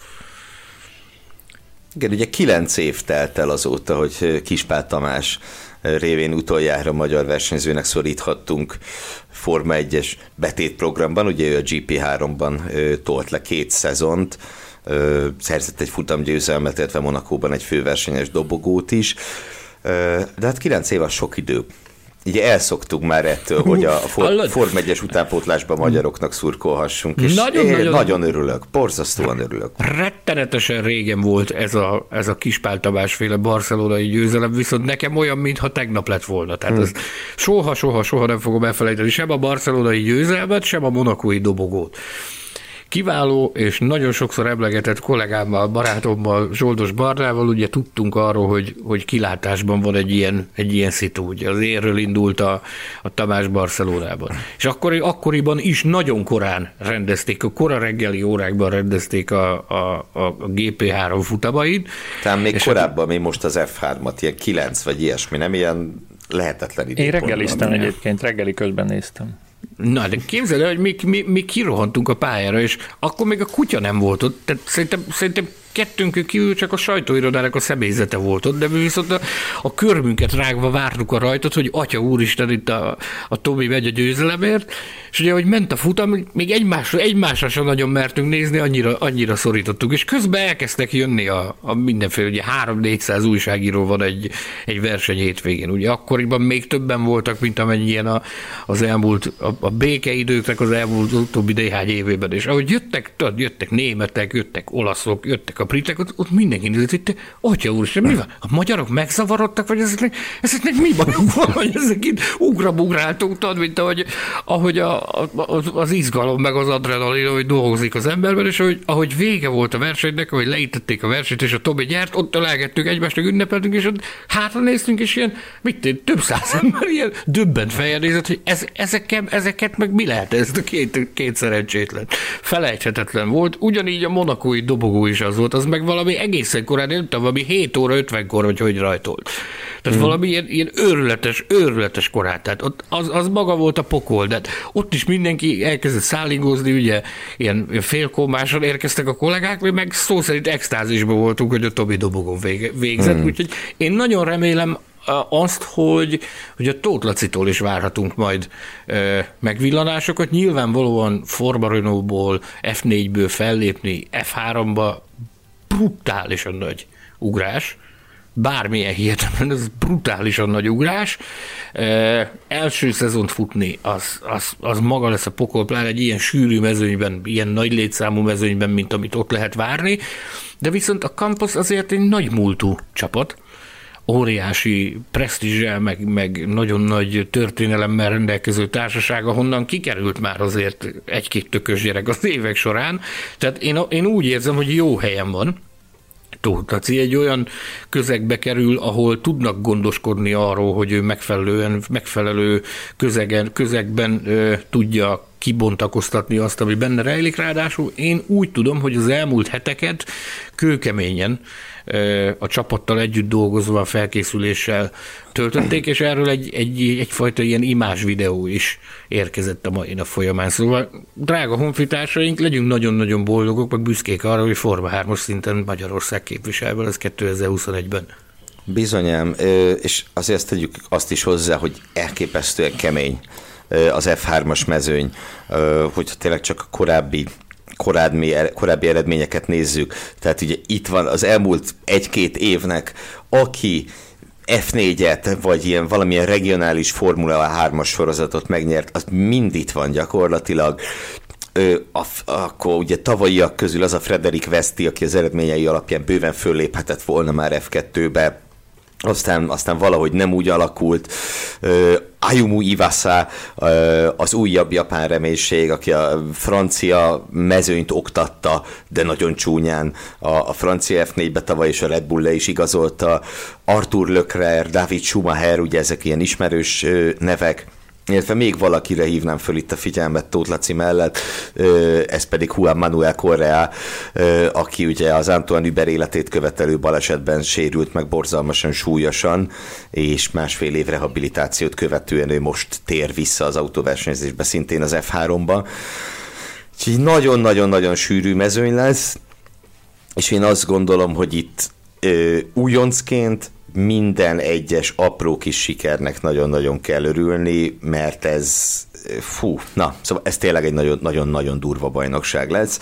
Igen, ugye 9 év telt el azóta, hogy Kispál Tamás révén utoljára magyar versenyzőnek szoríthattunk Forma 1-es betétprogramban, ugye ő a GP3-ban tolt le 2 szezont, szerzett egy futamgyőzelmet, illetve Monakóban egy főversenyes dobogót is, de hát 9 év az sok idő. Ugye elszoktuk már ettől, hogy a Forma 1-es utánpótlásban magyaroknak szurkolhassunk, és nagyon örülök, borzasztóan örülök. Rettenetesen régen volt ez a Kispál Tamás-féle barcelonai győzelem, viszont nekem olyan, mintha tegnap lett volna. Tehát ez soha nem fogom elfelejteni sem a barcelonai győzelmet, sem a monakói dobogót. Kiváló és nagyon sokszor emlegetett kollégámmal, barátommal, Zsoldos Barnával ugye tudtunk arról, hogy kilátásban van egy ilyen szitu, ugye az érről indult a Tamás Barcelonában. És akkoriban is nagyon korán rendezték, a kora reggeli órákban rendezték a GP3 futamait. Talán még korábban, még most az F3-at, ilyen 9 vagy ilyesmi, nem ilyen lehetetlen időpont. Én reggeliztem egyébként, reggeli közben néztem. Na, de képzeld el, hogy mi kirohantunk a pályára, és akkor még a kutya nem volt ott. Tehát szerintem kettőnkön kívül csak a sajtóirodának a személyzete volt ott, de mi viszont a körmünket rágva vártuk a rajtot, hogy atya úristen, itt a Tomi megy a győzelemért, és ugye, hogy ment a futam, még egymásra sem nagyon mertünk nézni, annyira szorítottuk, és közben elkezdtek jönni a mindenféle, ugye 300-400 újságíró van egy verseny hétvégén, ugye akkoriban még többen voltak, mint amennyien az elmúlt, a békeidőknek az elmúlt utóbbi néhány évében, és ahogy jöttek németek, jöttek olaszok, jöttek a britek, ott mindenki nézett, hogy te, atya úristen, mi van? A magyarok megszavarodtak, vagy ezeknek mi bajunk van, hogy ezek itt ugrabugráltunk, tudod, mint ahogy az izgalom, meg az adrenalin, hogy dolgozik az emberben, és ahogy vége volt a versenynek, ahogy leítették a versenyt, és a Tobi nyert, ott ölelgettünk egymásnak, ünnepeltünk, és ott hátra néztünk, és ilyen, több száz ember ilyen döbbent fejjel nézett, hogy ezeket meg mi lehet ez a két szerencsétlen. Felejthetetlen volt, ugyanígy a monakói dobogó is az volt, az meg valami egészen korán, nem tudom, valami 7 óra 50-kor, hogy rajtolt. Tehát valami ilyen őrületes korán, tehát ott az maga volt a pokol, de ott is mindenki elkezdett szállingózni, ugye ilyen félkómásan érkeztek a kollégák, mi meg szó szerint extázisban voltunk, hogy a Tobi dobogón végzett, úgyhogy én nagyon remélem azt, hogy a Tóth Lacitól is várhatunk majd megvillanásokat. Nyilvánvalóan Forma Renault-ból, F4-ből fellépni F3-ba brutálisan nagy ugrás. Bármilyen hihetetlen, ez brutálisan nagy ugrás. Első szezont futni, az maga lesz a pokol, pláne egy ilyen sűrű mezőnyben, ilyen nagy létszámú mezőnyben, mint amit ott lehet várni. De viszont a Campos azért egy nagy múltú csapat, óriási presztízsel, meg nagyon nagy történelemmel rendelkező társaság, ahonnan kikerült már azért egy-két tökös gyerek az évek során. Tehát én úgy érzem, hogy jó helyen van. Tóth Laci egy olyan közegbe kerül, ahol tudnak gondoskodni arról, hogy ő megfelelő közegben tudja kibontakoztatni azt, ami benne rejlik. Ráadásul én úgy tudom, hogy az elmúlt heteket kőkeményen a csapattal együtt dolgozva a felkészüléssel töltötték, és erről egyfajta ilyen imázs videó is érkezett a mai nap folyamán. Szóval, drága honfitársaink, legyünk nagyon-nagyon boldogok, meg büszkék arra, hogy Forma 3-os szinten Magyarország képviselve lesz 2021-ben. Bizonyám, és azért tegyük azt is hozzá, hogy elképesztően kemény az F3-as mezőny, hogyha tényleg csak a korábbi eredményeket nézzük. Tehát ugye itt van az elmúlt 1-2 évnek, aki F4-et, vagy ilyen valamilyen regionális Formula 3-as sorozatot megnyert, az mind itt van gyakorlatilag. Akkor ugye tavalyiak közül az a Frederik Veszti, aki az eredményei alapján bőven fölléphetett volna már F2-be, aztán valahogy nem úgy alakult. Ayumu Iwasa, az újabb japán reménység, aki a francia mezőnyt oktatta, de nagyon csúnyán a francia F4-be tavaly, és a Red Bull le is igazolta. Arthur Leclerc, David Schumacher, ugye ezek ilyen ismerős nevek, illetve még valakire hívnám föl itt a figyelmet Tóth Laci mellett, ez pedig Juan Manuel Correa, aki ugye az Antoine Hubert életét követelő balesetben sérült meg borzalmasan súlyosan, és 1,5 év rehabilitációt követően ő most tér vissza az autóversenyzésbe, szintén az F3-ba. Úgyhogy nagyon-nagyon-nagyon sűrű mezőny lesz, és én azt gondolom, hogy itt újoncként minden egyes apró kis sikernek nagyon-nagyon kell örülni, mert szóval ez tényleg egy nagyon-nagyon durva bajnokság lesz.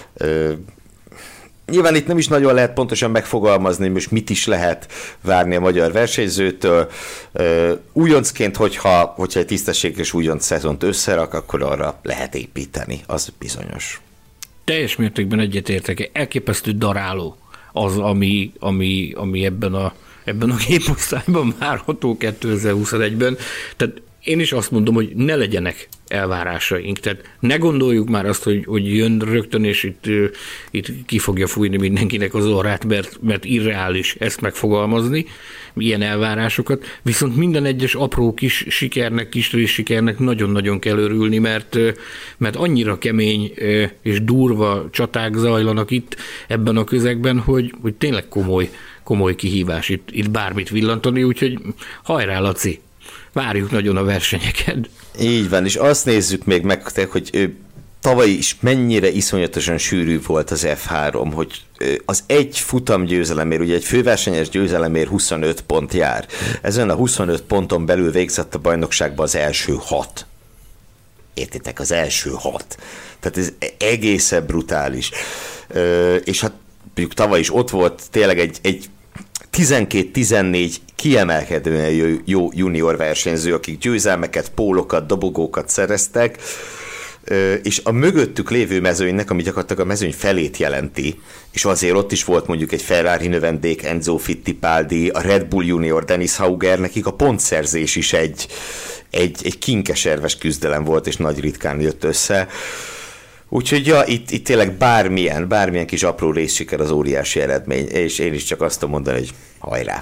Nyilván itt nem is nagyon lehet pontosan megfogalmazni, most mit is lehet várni a magyar versenyzőtől. Újoncként, hogyha egy tisztességes újonc szezont összerak, akkor arra lehet építeni, az bizonyos. Teljes mértékben egyetértek, elképesztő daráló az, ami ebben a képosztályban várható 2021-ben. Tehát én is azt mondom, hogy ne legyenek elvárásaink. Tehát ne gondoljuk már azt, hogy jön rögtön, és itt ki fogja fújni mindenkinek az orrát, mert irreális ezt megfogalmazni, ilyen elvárásokat. Viszont minden egyes apró kis sikernek, kis sikernek nagyon-nagyon kell örülni, mert annyira kemény és durva csaták zajlanak itt ebben a közegben, hogy tényleg komoly kihívás itt bármit villantani, úgyhogy hajrá, Laci! Várjuk nagyon a versenyeket. Így van, és azt nézzük még meg, hogy tavaly is mennyire iszonyatosan sűrű volt az F3, hogy az egy futamgyőzelemért, ugye egy főversenyes győzelemért 25 pont jár. Ezen a 25 ponton belül végzett a bajnokságban az első 6. Értitek, az első 6. Tehát ez egészen brutális. És hát mondjuk tavaly is ott volt tényleg egy 12-14 kiemelkedően jó junior versenyző, akik győzelmeket, pólokat, dobogókat szereztek. és a mögöttük lévő mezőnynek, ami gyakorlatilag a mezőny felét jelenti, és azért ott is volt mondjuk egy Ferrari növendék, Enzo Fittipaldi, a Red Bull Junior, Dennis Hauger, nekik a pontszerzés is egy kinkeserves küzdelem volt, és nagy ritkán jött össze. Úgyhogy ja, itt tényleg bármilyen kis apró részsiker az óriási eredmény, és én is csak azt tudom mondani, hogy hajrá!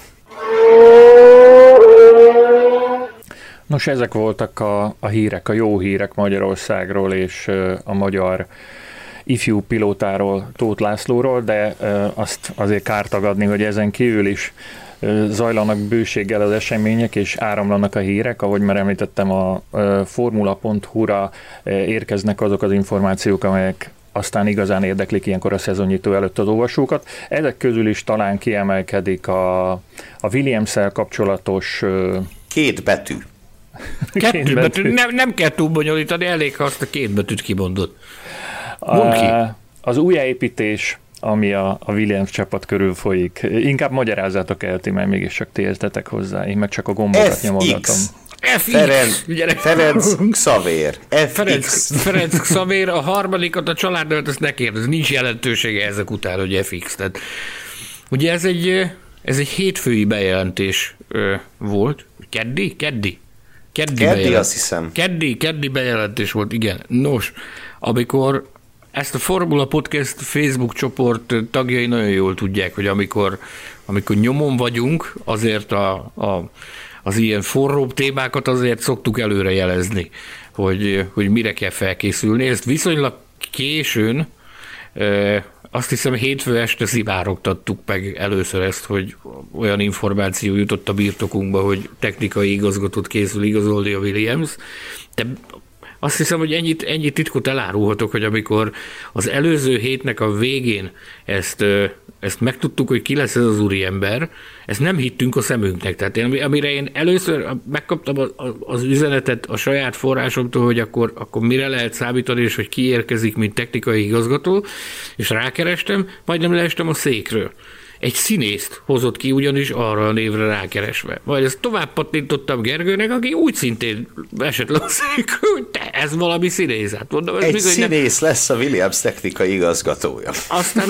Nos, ezek voltak a hírek, a jó hírek Magyarországról és a magyar ifjú pilótáról, Tóth Lászlóról, de azt azért kár tagadni, hogy ezen kívül is zajlanak bőséggel az események, és áramlanak a hírek, ahogy már említettem, a formula.hu-ra érkeznek azok az információk, amelyek aztán igazán érdeklik ilyenkor a szezonnyitó előtt az olvasókat. Ezek közül is talán kiemelkedik a Williams-szel kapcsolatos... Két betű. Kettő betű. Nem kell túl bonyolítani, elég, ha azt a két betűt kimondod. Mondd ki. Az újjáépítés, ami a Williams csapat körül folyik. Inkább magyarázzátok el ti, mert mégiscsak ti értetek hozzá. Én meg csak a gombokat nyomogatom. Ferenc Xavér. Ferenc Xavér, a harmadikat, a családnőt, ezt ne kérdez. Nincs jelentősége ezek után, hogy FX. Tehát, ugye ez egy hétfői bejelentés volt. Keddi, azt hiszem. Keddi bejelentés volt, igen. Nos, amikor ezt a Formula Podcast Facebook csoport tagjai nagyon jól tudják, hogy amikor nyomon vagyunk, azért az ilyen forróbb témákat azért szoktuk előre jelezni, hogy mire kell felkészülni. Ezt viszonylag későn, azt hiszem hétfő este szivárogtattuk meg először ezt, hogy olyan információ jutott a birtokunkba, hogy technikai igazgatót készül igazolni a Williams. De azt hiszem, hogy ennyi titkot elárulhatok, hogy amikor az előző hétnek a végén ezt megtudtuk, hogy ki lesz ez az úriember, ezt nem hittünk a szemünknek. Tehát amire én először megkaptam az üzenetet a saját forrásomtól, hogy akkor mire lehet számítani, és hogy ki érkezik, mint technikai igazgató, és rákerestem, majdnem leestem a székről. Egy színészt hozott ki ugyanis arra a névre rákeresve. Majd ezt tovább pattintottam Gergőnek, aki úgy szintén esett le a székről, hogy ez valami színész. Hát mondom, ez egy színész lesz a Williams technikai igazgatója. Aztán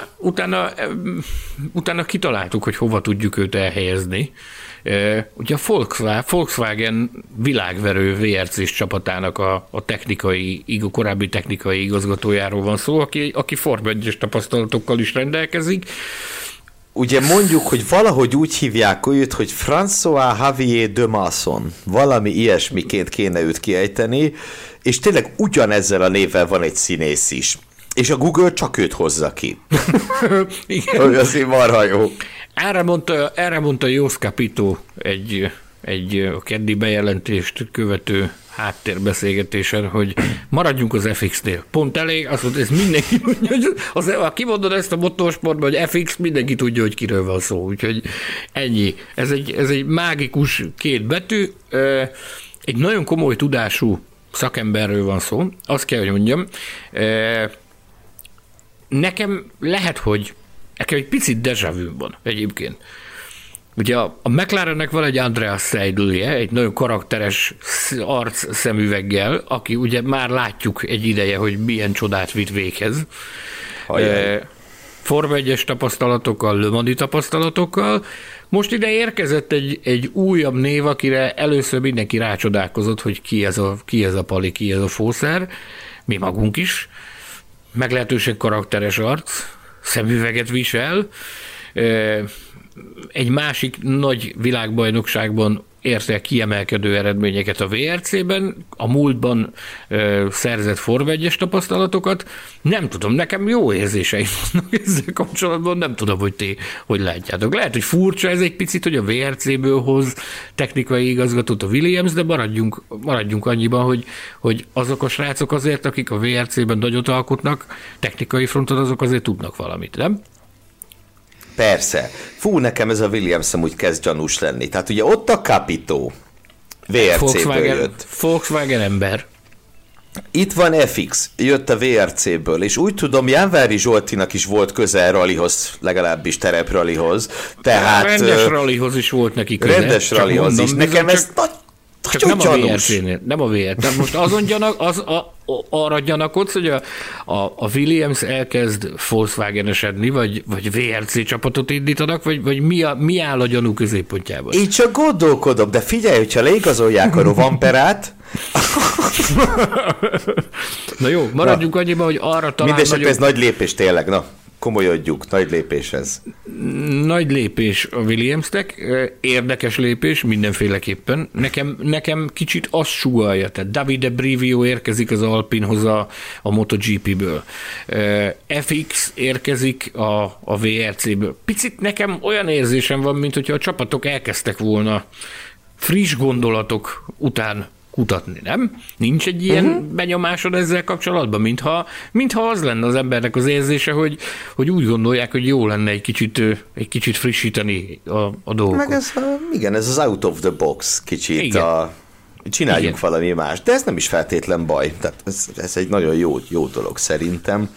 utána kitaláltuk, hogy hova tudjuk őt elhelyezni. Ugye a Volkswagen világverő VRC-s csapatának a korábbi technikai igazgatójáról van szó, aki Form 1-es tapasztalatokkal is rendelkezik. Ugye mondjuk, hogy valahogy úgy hívják őt, hogy François Javier de Masson. Valami ilyesmiként kéne őt kiejteni, és tényleg ugyanezzel a névvel van egy színész is. És a Google csak őt hozza ki. Igen. Azért marha jó. Erre mondta Jos Capito egy keddi bejelentést követő háttérbeszélgetésen, hogy maradjunk az FX-nél. Pont elég, azt mondta, ez mindenki tudja, ha kimondod ezt a motorsportban, hogy FX, mindenki tudja, hogy kiről van szó. Úgyhogy ennyi. Ez egy mágikus két betű. Egy nagyon komoly tudású szakemberről van szó. Azt kell, hogy mondjam. Nekem lehet, hogy nekem egy picit déjà vu van egyébként. Ugye a McLarennek van egy Andreas Seidlje, egy nagyon karakteres arc szemüveggel, aki ugye már látjuk egy ideje, hogy milyen csodát vitt véghez. Form 1-es tapasztalatokkal, Le Mans-i tapasztalatokkal. Most ide érkezett egy újabb név, akire először mindenki rácsodálkozott, hogy ki ez a pali, ki ez a fószer. Mi magunk is. Meglehetősen karakteres arc, szemüveget visel. Egy másik nagy világbajnokságban ért el kiemelkedő eredményeket a VRC-ben, a múltban szerzett Form 1-es tapasztalatokat. Nem tudom, nekem jó érzéseim vannak ezzel kapcsolatban, nem tudom, hogy ti hogy látjátok. Lehet, hogy furcsa ez egy picit, hogy a VRC-ből hoz technikai igazgatót a Williams, de maradjunk annyiban, hogy azok a srácok azért, akik a VRC-ben nagyot alkotnak, technikai fronton azok azért tudnak valamit, nem? Persze. Fú, nekem ez a Williams úgy kezd gyanús lenni. Tehát ugye ott a Capito VRC-ből jött. Volkswagen ember. Itt van FX, jött a VRC-ből, és úgy tudom, Jánvári Zsoltinak is volt közel rallyhoz, legalábbis tereprallyhoz. Tehát, rendes rallyhoz is volt neki közel. Rendes rallyhoz is. Nekem ez Csak nem a VRC-nél, nem a VR. Tehát most azon arra gyanakodsz, hogy a Williams elkezd Volkswagen-esedni, vagy VRC csapatot indítanak, vagy mi áll a gyanú középpontjában? Így csak gondolkodom, de figyelj, hogyha leigazolják a Rovanperát, na jó, maradjunk annyiban, hogy arra talán mindesetre ez nagy lépés tényleg, na, komolyodjuk, nagy lépés ez. Nagy lépés a Williamsnek, érdekes lépés mindenféleképpen. Nekem kicsit azt sugallja, tehát Davide Brivio érkezik az Alpinhoz a MotoGP-ből. FX érkezik a VRC-ből. Picit nekem olyan érzésem van, mint hogyha a csapatok elkezdtek volna friss gondolatok után kutatni, nem? Nincs egy ilyen benyomásod ezzel kapcsolatban, mintha az lenne az embernek az érzése, hogy úgy gondolják, hogy jó lenne egy kicsit frissíteni a dolgokat. Meg ez az out of the box kicsit, csináljunk valami más, de ez nem is feltétlen baj, tehát ez egy nagyon jó dolog szerintem.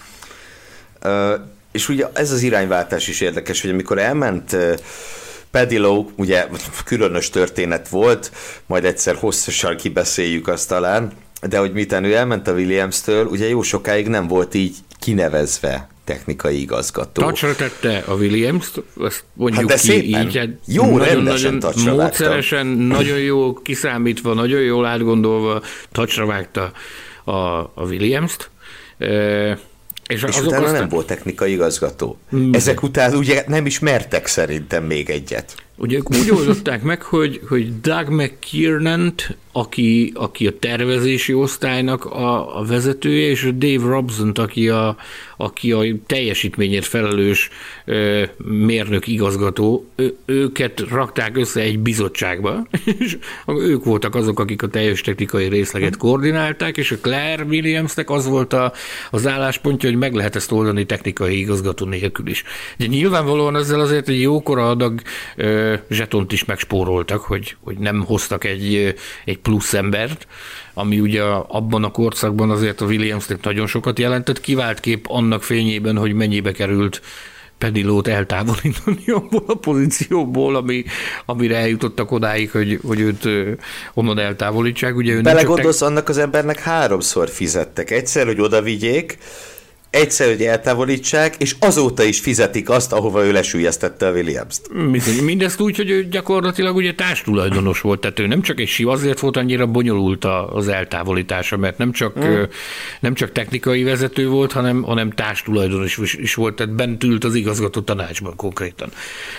És ugye ez az irányváltás is érdekes, hogy amikor elment Paddy Lowe, ugye különös történet volt, majd egyszer hosszasan kibeszéljük azt talán, de hogy miután ő elment a Williams-től, ugye jó sokáig nem volt így kinevezve technikai igazgató. Tacsra tette a Williams-t, azt mondjuk hát ki így. Jó, rendesen tacsra módszeresen, nagyon jó kiszámítva, nagyon jól átgondolva tacsra vágta a Williams-t. És utána aztán nem volt technikai igazgató. Ezek után ugye nem is mertek szerintem még egyet. Ugye úgy oldották meg, hogy Doug McKiernan-t, aki a tervezési osztálynak a vezetője, és a Dave Robson-t, aki a teljesítményért felelős mérnök igazgató, őket rakták össze egy bizottságba, és ők voltak azok, akik a teljes technikai részleget koordinálták, és a Claire Williamsnek az volt az álláspontja, hogy meg lehet ezt oldani technikai igazgató nélkül is. De nyilvánvalóan ezzel azért egy jókora adag zsetont is megspóroltak, hogy nem hoztak egy plusz embert, ami ugye abban a korszakban azért a Williamsnek nagyon sokat jelentett, kivált kép annak fényében, hogy mennyibe került Paddy Lowe-t eltávolítani abból a pozícióból, amire eljutottak odáig, hogy őt onnan eltávolítsák. Ugye belegondolsz, annak az embernek 3-szor fizettek. Egyszer, hogy oda vigyék, egyszer, hogy eltávolítsák, és azóta is fizetik azt, ahova ő lesüllyesztette a Williams-t. Mindezt úgy, hogy ő gyakorlatilag ugye társtulajdonos volt, tehát ő nem csak egy azért volt annyira bonyolult az eltávolítása, mert nem csak technikai vezető volt, hanem társtulajdonos is volt, tehát bent ült az igazgató tanácsban konkrétan.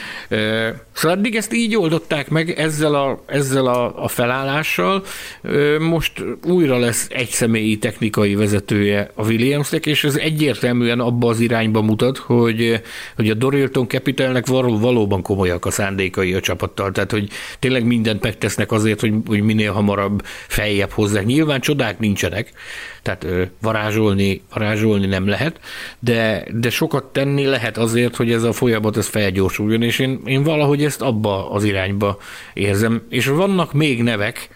Szóval addig ezt így oldották meg ezzel a felállással. Most újra lesz egy személyi technikai vezetője a Williamsnek, és ez egyértelműen abba az irányba mutat, hogy a Dorilton Capitalnek valóban komolyak a szándékai a csapattal, tehát hogy tényleg mindent megtesznek azért, hogy minél hamarabb feljebb hozzák. Nyilván csodák nincsenek, tehát varázsolni nem lehet, de sokat tenni lehet azért, hogy ez a folyamat ez felgyorsuljon, és én valahogy ezt abba az irányba érzem. És vannak még nevek,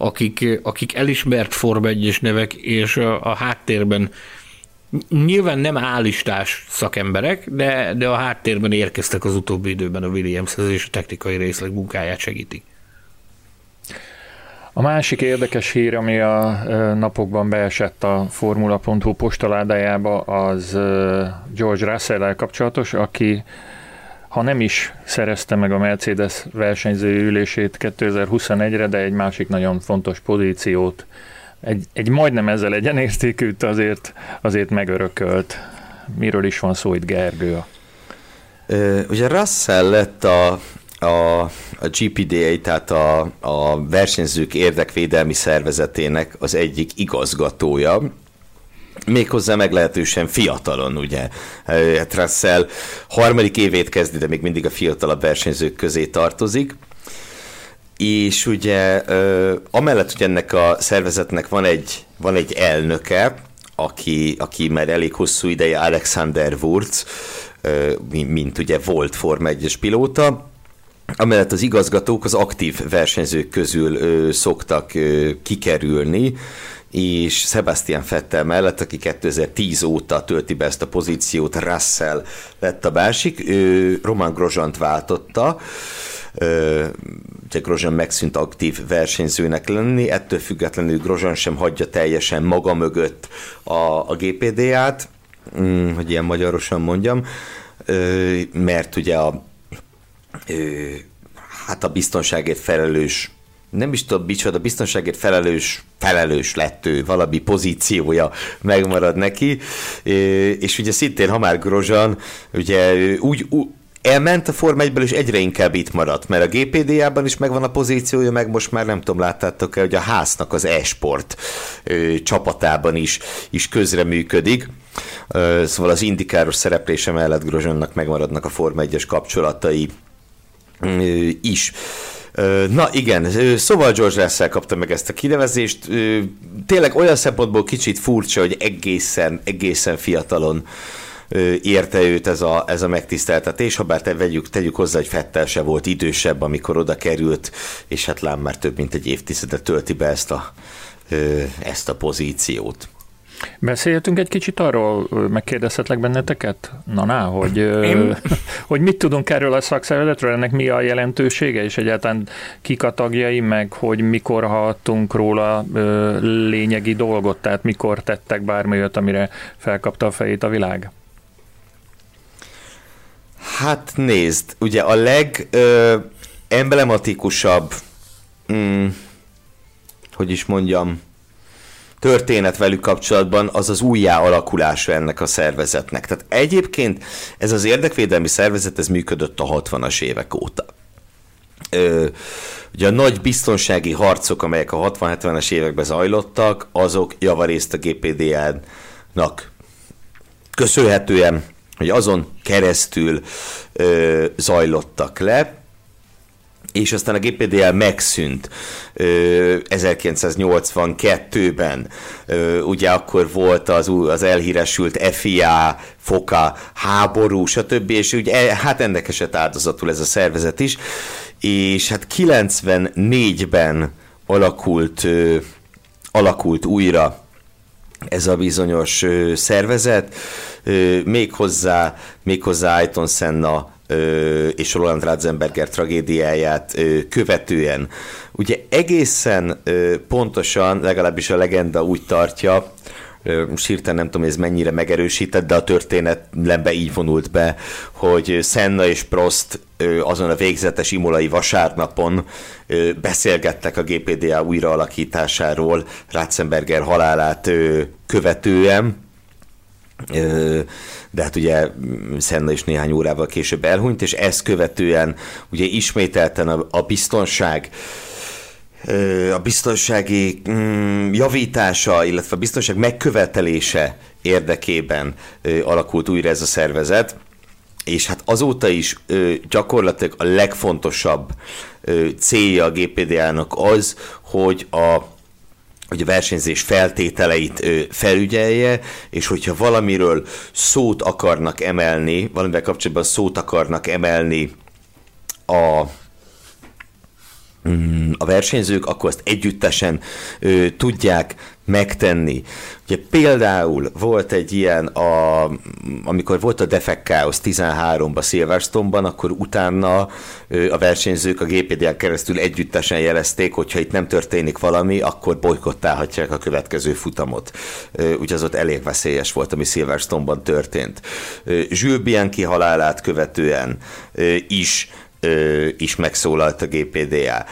akik elismert Form 1-es nevek, és a háttérben nyilván nem állistás szakemberek, de a háttérben érkeztek az utóbbi időben a Williamshez, és a technikai részleg munkáját segítik. A másik érdekes hír, ami a napokban beesett a Formula.hu postaládájába, az George Russell-el kapcsolatos, aki ha nem is szerezte meg a Mercedes versenyzői ülését 2021-re, de egy másik nagyon fontos pozíciót, egy majdnem ezzel egyenértékűt azért megörökölt. Miről is van szó itt, Gergő? Ugye Russell lett a GPDA, tehát a versenyzők érdekvédelmi szervezetének az egyik igazgatója, méghozzá meglehetősen fiatalon, ugye. Hát Russell 3. évét kezdi, de még mindig a fiatalabb versenyzők közé tartozik. És ugye amellett, hogy ennek a szervezetnek van egy elnöke, aki már elég hosszú ideje Alexander Wurz, mint ugye volt Form 1-es pilóta, amellett az igazgatók az aktív versenyzők közül szoktak kikerülni, és Sebastian Vettel mellett, aki 2010 óta tölti be ezt a pozíciót, Russell lett a másik, ő Romain Grosjeant váltotta, Grosjean megszűnt aktív versenyzőnek lenni, ettől függetlenül Grosjean sem hagyja teljesen maga mögött a GPDA-t, hogy ilyen magyarosan mondjam, mert ugye a biztonságért felelős, nem is tudom micsoda, biztonságért felelős lett ő, valami pozíciója megmarad neki, és ugye szintén, ha már Grosjean, ugye úgy elment a Forma 1-ből, és egyre inkább itt maradt, mert a GPDA-ban is megvan a pozíciója, meg most már nem tudom, láttátok-e, hogy a Haasnak az e-sport csapatában is közreműködik. Szóval az indikáros szereplése mellett Grosjeannak megmaradnak a Forma 1-es kapcsolatai is. Na igen, szóval George Russell kapta meg ezt a kinevezést. Tényleg olyan szempontból kicsit furcsa, hogy egészen fiatalon érte őt ez a megtiszteltetés, ha bár tegyük hozzá, hogy Vettel se volt idősebb, amikor oda került, és hát lám már több mint egy évtizedet tölti be ezt a pozíciót. Beszélhetünk egy kicsit arról, megkérdezhetlek benneteket? Hogy mit tudunk erről a szakszervezetről, ennek mi a jelentősége, és egyáltalán kik a tagjai, meg hogy mikor hallottunk róla lényegi dolgot, tehát mikor tettek bármi olyat, amire felkapta a fejét a világ? Hát nézd, ugye a legemblematikusabb, hogy is mondjam, történet velük kapcsolatban az az újjá alakulása ennek a szervezetnek. Tehát egyébként ez az érdekvédelmi szervezet, ez működött a 60-as évek óta. Ugye a nagy biztonsági harcok, amelyek a 60-70-es években zajlottak, azok javarészt a GPDA-nak köszönhetően, hogy azon keresztül zajlottak le, és aztán a GPDA megszűnt 1982-ben, ugye akkor volt az elhíresült FIA, FOCA háború, stb., és ugye hát ennek esett áldozatul ez a szervezet is, és hát 94-ben alakult újra ez a bizonyos szervezet, méghozzá Ayrton Senna és Roland Ratzenberger tragédiáját követően. Ugye egészen pontosan, legalábbis a legenda úgy tartja, most hirtelen nem tudom, hogy ez mennyire megerősített, de a történelembe így vonult be, hogy Senna és Prost azon a végzetes imolai vasárnapon beszélgettek a GPDA újraalakításáról Ratzenberger halálát követően, de hát ugye Senna is néhány órával később elhunyt, és ezt követően ugye ismételten a biztonsági javítása, illetve a biztonság megkövetelése érdekében alakult újra ez a szervezet, és hát azóta is gyakorlatilag a legfontosabb célja a GPDA-nak az, hogy a versenyzés feltételeit felügyelje, és hogyha valamiről szót akarnak emelni, valamivel kapcsolatban szót akarnak emelni a versenyzők, akkor azt együttesen tudják megtenni. Ugye például volt egy ilyen, amikor volt a Defect Chaos 13-ban Silverstone-ban, akkor utána a versenyzők a GPDA-n keresztül együttesen jelezték, hogyha itt nem történik valami, akkor bojkottálhatják a következő futamot. Ugye az ott elég veszélyes volt, ami Silverstone-ban történt. Jules Bianchi halálát követően is megszólalt a GPDA.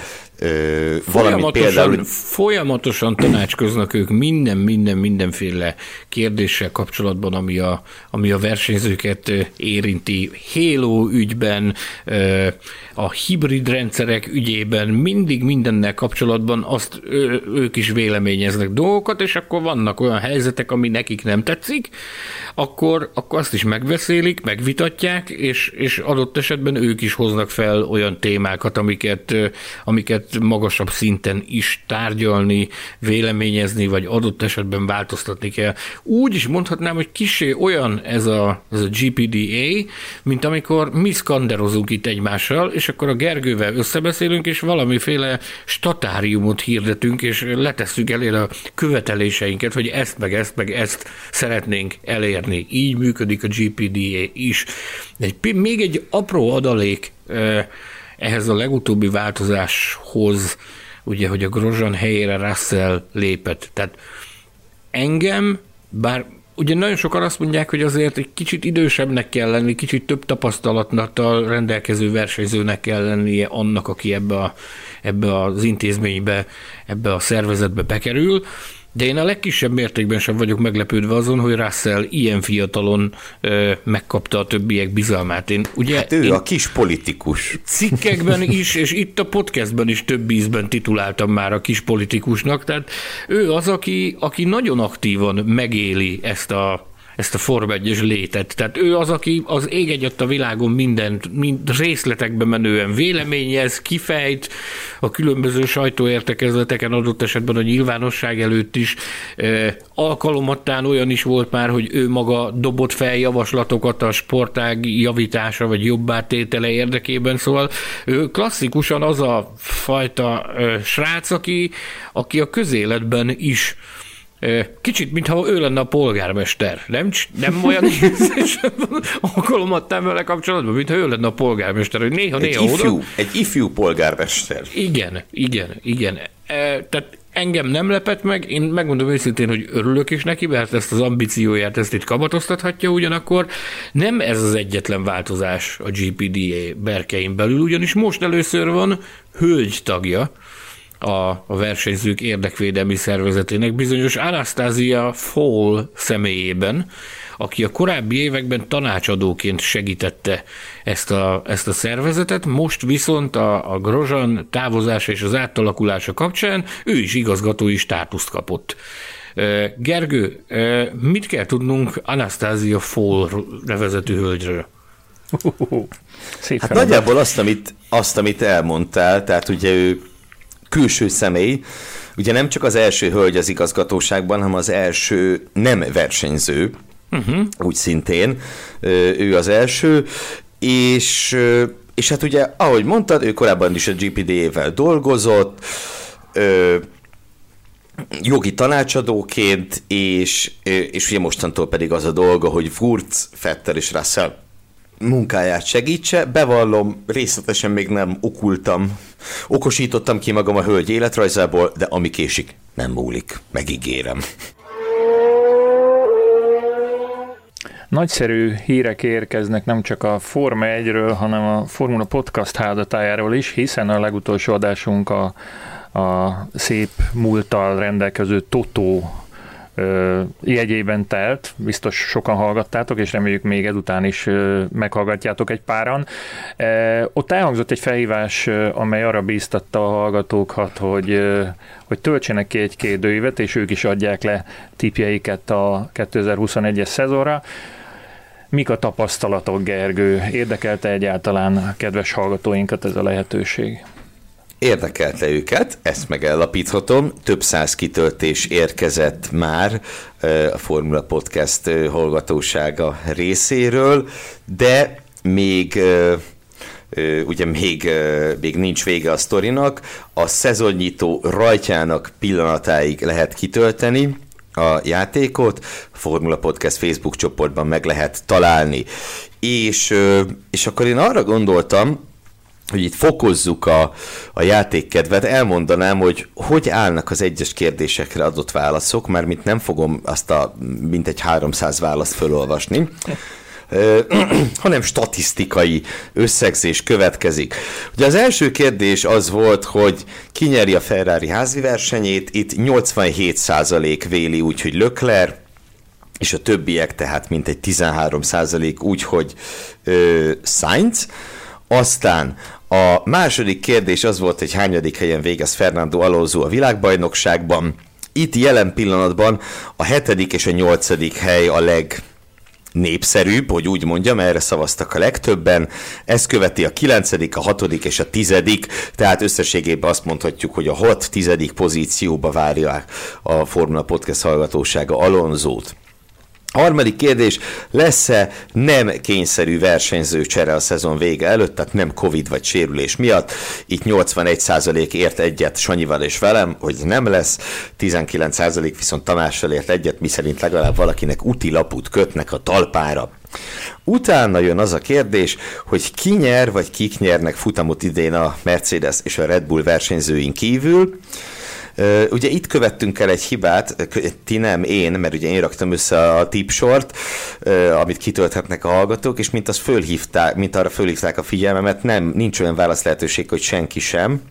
Folyamatosan tanácskoznak ők mindenféle kérdéssel kapcsolatban, ami a versenyzőket érinti. Halo ügyben, a hibrid rendszerek ügyében, mindig mindennel kapcsolatban ők is véleményeznek dolgokat, és akkor vannak olyan helyzetek, ami nekik nem tetszik, akkor azt is megbeszélik, megvitatják, és adott esetben ők is hoznak fel olyan témákat, amiket magasabb szinten is tárgyalni, véleményezni, vagy adott esetben változtatni kell. Úgy is mondhatnám, hogy kissé olyan ez a GPDA, mint amikor mi szkanderozunk itt egymással, és akkor a Gergővel összebeszélünk, és valamiféle statáriumot hirdetünk, és letesszük elé a követeléseinket, hogy ezt meg ezt szeretnénk elérni. Így működik a GPDA is. Még egy apró adalék ehhez a legutóbbi változáshoz, ugye, hogy a Grosjean helyére Russell lépett. Tehát engem, bár ugye nagyon sokan azt mondják, hogy azért egy kicsit idősebbnek kell lenni, kicsit több tapasztalattal rendelkező versenyzőnek kell lennie annak, aki ebbe az intézménybe, ebbe a szervezetbe bekerül, de én a legkisebb mértékben sem vagyok meglepődve azon, hogy Russell ilyen fiatalon megkapta a többiek bizalmát. Ő a kis politikus. Cikkekben is, és itt a podcastben is több ízben tituláltam már a kis politikusnak, tehát ő az, aki nagyon aktívan megéli ezt a Forma 1-es létet. Tehát ő az, aki az ég egyatt a világon mindent részletekbe menően véleményez, kifejt, a különböző sajtóértekezleteken adott esetben a nyilvánosság előtt is. Alkalomattán olyan is volt már, hogy ő maga dobott fel javaslatokat a sportág javítása vagy jobbátétele érdekében, szóval ő klasszikusan az a fajta srác, aki a közéletben is kicsit, mintha ő lenne a polgármester. Nem olyan érzésem van alkalomattán vele kapcsolatban, mintha ő lenne a polgármester, hogy néha oda... Egy ifjú polgármester. Igen. Tehát engem nem lepett meg, én megmondom őszintén, hogy örülök is neki, mert ezt az ambícióját, ezt itt kamatoztathatja, ugyanakkor nem ez az egyetlen változás a GPDA berkein belül, ugyanis most először van hölgy tagja a versenyzők érdekvédelmi szervezetének, bizonyos Anastasia Fall személyében, aki a korábbi években tanácsadóként segítette ezt a szervezetet, most viszont a Grosjean távozása és az átalakulása kapcsán ő is igazgatói státuszt kapott. Gergő, mit kell tudnunk Anastasia Fall nevezetű hölgyről? Hát nagyjából azt, amit elmondtál, tehát ugye ő külső személy, ugye nem csak az első hölgy az igazgatóságban, hanem az első nem versenyző, úgy szintén, ő az első, és hát ugye, ahogy mondtad, ő korábban is a GPDA-vel dolgozott, jogi tanácsadóként, és ugye mostantól pedig az a dolga, hogy Wurz, Vettel és Russell munkáját segítse. Bevallom, részletesen még nem okosítottam ki magam a hölgy életrajzából, de ami késik, nem múlik, megígérem. Nagyszerű hírek érkeznek nem csak a Forma 1-ről, hanem a Formula Podcast házatájáról is, hiszen a legutolsó adásunk a szép múlttal rendelkező Totó jegyében telt, biztos sokan hallgattátok, és reméljük még ezután is meghallgatjátok egy páran. Ott elhangzott egy felhívás, amely arra bíztatta a hallgatókat, hogy töltsenek ki egy kérdőívet, és ők is adják le tippjeiket a 2021-es szezonra. Mik a tapasztalatok, Gergő? Érdekelte egyáltalán a kedves hallgatóinkat ez a lehetőség? Érdekelte őket, ezt megállapíthatom, több száz kitöltés érkezett már a Formula Podcast hallgatósága részéről, de még nincs vége a sztorinak, a szezonnyitó rajtjának pillanatáig lehet kitölteni a játékot, a Formula Podcast Facebook csoportban meg lehet találni. És akkor én arra gondoltam, hogy itt fokozzuk a játékkedvet, elmondanám, hogy állnak az egyes kérdésekre adott válaszok, mármint nem fogom azt a mintegy 300 választ felolvasni, hanem statisztikai összegzés következik. Ugye az első kérdés az volt, hogy ki nyeri a Ferrari házi versenyét, itt 87% véli úgy, hogy Leclerc, és a többiek tehát mintegy 13% úgy, hogy Sainz. Aztán a második kérdés az volt, hogy hányadik helyen végez Fernando Alonso a világbajnokságban. Itt jelen pillanatban a 7. és a 8. hely a legnépszerűbb, hogy úgy mondjam, erre szavaztak a legtöbben. Ezt követi a 9., a 6. és a 10., tehát összességében azt mondhatjuk, hogy a 6.-10. pozícióba várja a Formula Podcast hallgatósága Alonsót. Harmadik kérdés, lesz-e nem kényszerű versenyző csere a szezon vége előtt, tehát nem Covid vagy sérülés miatt? Itt 81% ért egyet Sanyival és velem, hogy nem lesz, 19% viszont Tamással ért egyet, miszerint legalább valakinek úti laput kötnek a talpára. Utána jön az a kérdés, hogy ki nyer, vagy kik nyernek futamot idén a Mercedes és a Red Bull versenyzőin kívül. Ugye itt követtünk el egy hibát, ti nem, én, mert ugye én raktam össze a tipsort, amit kitölthetnek a hallgatók, és mint arra fölhívták a figyelmemet, nincs olyan válasz lehetőség, hogy senki sem.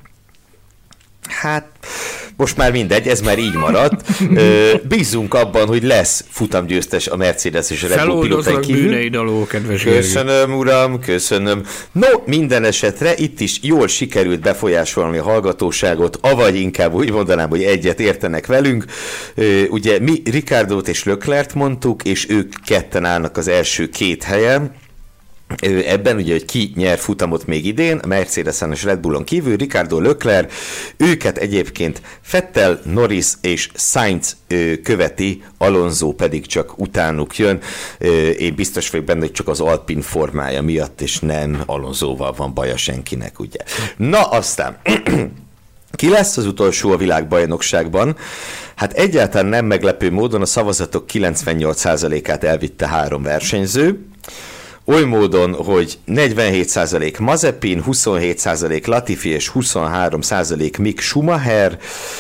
Hát, most már mindegy, ez már így maradt. Bízunk abban, hogy lesz futamgyőztes a Mercedes és a Red Bull pilótán kívül. Bűneid alól, kedves Köszönöm, uram, köszönöm. No, minden esetre itt is jól sikerült befolyásolni a hallgatóságot, avagy inkább úgy mondanám, hogy egyet értenek velünk. Ugye mi Ricciardót és Leclerc mondtuk, és ők ketten állnak az első két helyen. Ebben ugye, hogy ki nyer futamot még idén, a Mercedesen és Red Bullon kívül, Ricciardo, Leclerc, őket egyébként Vettel, Norris és Sainz követi, Alonso pedig csak utánuk jön. Én biztos vagyok benne, hogy csak az Alpine formája miatt, és nem Alonsoval van baja senkinek, ugye. Na aztán... Ki lesz az utolsó a világbajnokságban? Hát egyáltalán nem meglepő módon a szavazatok 98%-át elvitte 3 versenyző, oly módon, hogy 47% Mazepin, 27% Latifi és 23% Mick Schumacher,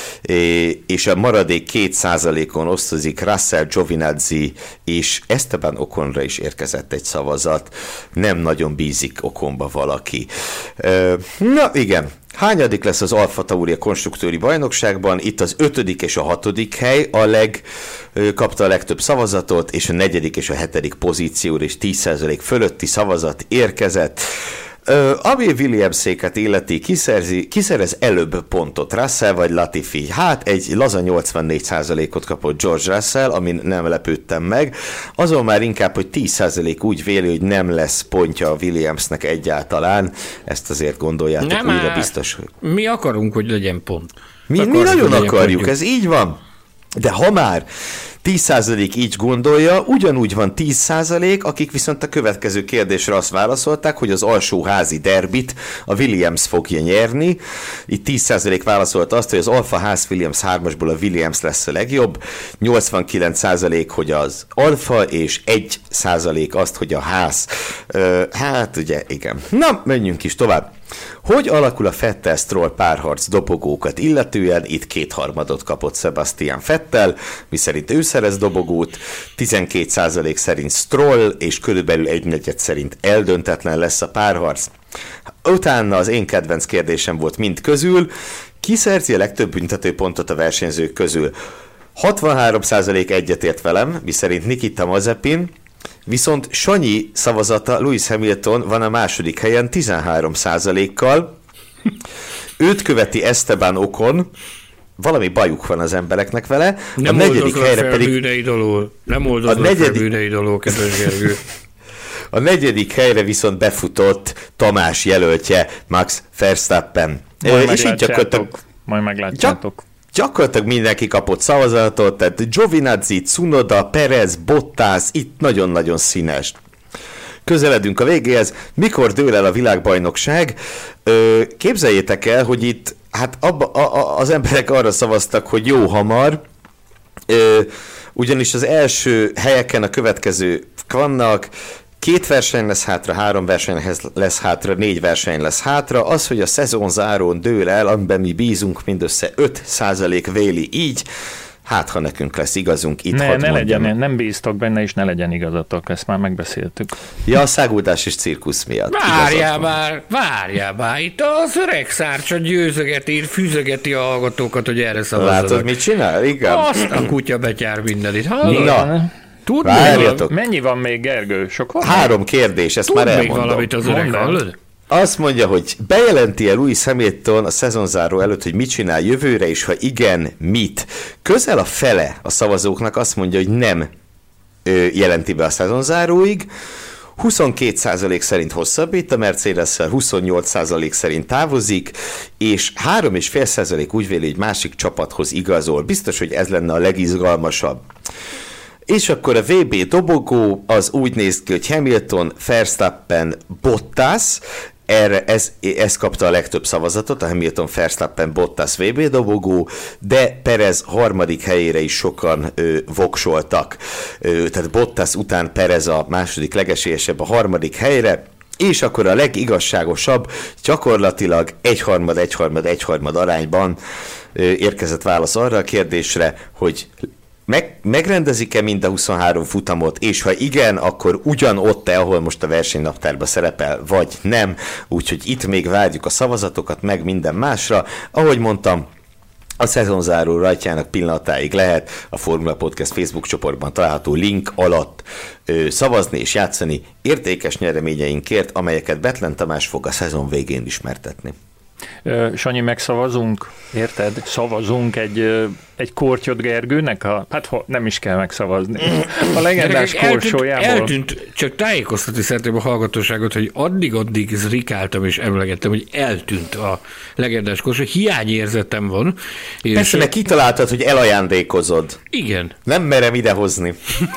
és a maradék 2%-on osztozik Russell, Giovinazzi, és Esteban Oconra is érkezett egy szavazat. Nem nagyon bízik Oconba valaki. Na igen. Hányadik lesz az Alfa Tauri a konstruktőri bajnokságban? Itt az 5. és a 6. hely kapta a legtöbb szavazatot, és a 4. és a 7. pozícióra is 10% fölötti szavazat érkezett. Ami Williams-éket illeti, kiszerez előbb pontot, Russell vagy Latifi? Hát egy laza 84%-ot kapott George Russell, amin nem lepődtem meg. Azon már inkább, hogy 10% úgy véli, hogy nem lesz pontja a Williamsnek egyáltalán. Ezt azért gondoljátok nem újra biztos. Mi akarunk, hogy legyen pont. Mi nagyon akarjuk, ez így van. De ha már 10% így gondolja, ugyanúgy van 10%, akik viszont a következő kérdésre azt válaszolták, hogy az alsóházi derbit a Williams fogja nyerni. Itt 10% válaszolta azt, hogy az Alfa Haas Williams 3-asból a Williams lesz a legjobb, 89% hogy az Alfa, és 1% azt, hogy a Haas. Hát ugye igen. Na, menjünk is tovább. Hogy alakul a Vettel-Stroll párharc dobogókat illetően? Itt 2/3 kapott Sebastian Vettel, miszerint ő szerez dobogót, 12% szerint Stroll, és körülbelül 1/4 szerint eldöntetlen lesz a párharc. Utána az én kedvenc kérdésem volt mind közül, ki szerzi a legtöbb büntetőpontot a versenyzők közül? 63% egyetért velem, miszerint Nikita Mazepin, viszont Sanyi szavazata Lewis Hamilton van a második helyen 13%-kal. Őt követi Esteban Ocon, valami bajuk van az embereknek vele. Nem a negyedik helyre pedig... Nem oldozol fel bűneid alól, kedves Gergő. A negyedik helyre viszont befutott Tamás jelöltje, Max Verstappen. Majd meglátjátok. Gyakorlatilag mindenki kapott szavazatot, tehát Giovinazzi, Tsunoda, Perez, Bottas, itt nagyon-nagyon színes. Közeledünk a végéhez. Mikor dől el a világbajnokság? Képzeljétek el, hogy itt hát az emberek arra szavaztak, hogy jó hamar, ugyanis az első helyeken a következő vannak, 2 verseny lesz hátra, 3 verseny lesz hátra, 4 verseny lesz hátra. Az, hogy a szezonzárón dől el, amiben mi bízunk, mindössze 5% véli így. Hát, ha nekünk lesz igazunk, itt ne legyen, nem bíztok benne, és ne legyen igazatok, ezt már megbeszéltük. Ja, a száguldás és cirkusz miatt. Várjál már, itt az öreg szárcsa győzögeti, fűzögeti a hallgatókat, hogy erre szavazzanak. Látod, mit csinál? Igen. Azt a kutya betyár mindenit. Hallod? Na. Várjatok. Mennyi van még, Gergő? Sok van? 3 kérdés, ezt már elmondom. Még valamit az öreg, hallod? Azt mondja, hogy bejelenti-e Lewis Hamilton a szezonzáró előtt, hogy mit csinál jövőre, és ha igen, mit? Közel a fele a szavazóknak azt mondja, hogy nem jelenti be a szezonzáróig, 22% szerint hosszabbít a Mercedes-szel, 28% szerint távozik, és 3,5% úgy véli, hogy másik csapathoz igazol. Biztos, hogy ez lenne a legizgalmasabb. És akkor a VB dobogó az úgy néz ki, hogy Hamilton, Verstappen, Bottas, ez kapta a legtöbb szavazatot, a Hamilton, Verstappen, Bottas VB dobogó, de Perez harmadik helyére is sokan voksoltak. Tehát Bottas után Perez a második legesélyesebb a harmadik helyre, és akkor a legigazságosabb, gyakorlatilag egyharmad arányban érkezett válasz arra a kérdésre, hogy megrendezik-e mind a 23 futamot, és ha igen, akkor ugyanott-e, ahol most a versenynaptárban szerepel, vagy nem. Úgyhogy itt még várjuk a szavazatokat, meg minden másra. Ahogy mondtam, a szezonzáró rajtjának pillanatáig lehet a Formula Podcast Facebook csoportban található link alatt szavazni és játszani értékes nyereményeinkért, amelyeket Bethlen Tamás fog a szezon végén ismertetni. Sanyi, megszavazunk, érted? Szavazunk egy Kortyot Gergőnek, hát nem is kell megszavazni. A legendás korsójából. Eltűnt, csak tájékoztatni szeretném a hallgatóságot, hogy addig zrikáltam és emlegettem, hogy eltűnt a legendás korsó, hiányérzetem van. Persze, meg kitaláltad, hogy elajándékozod. Igen. Nem merem idehozni.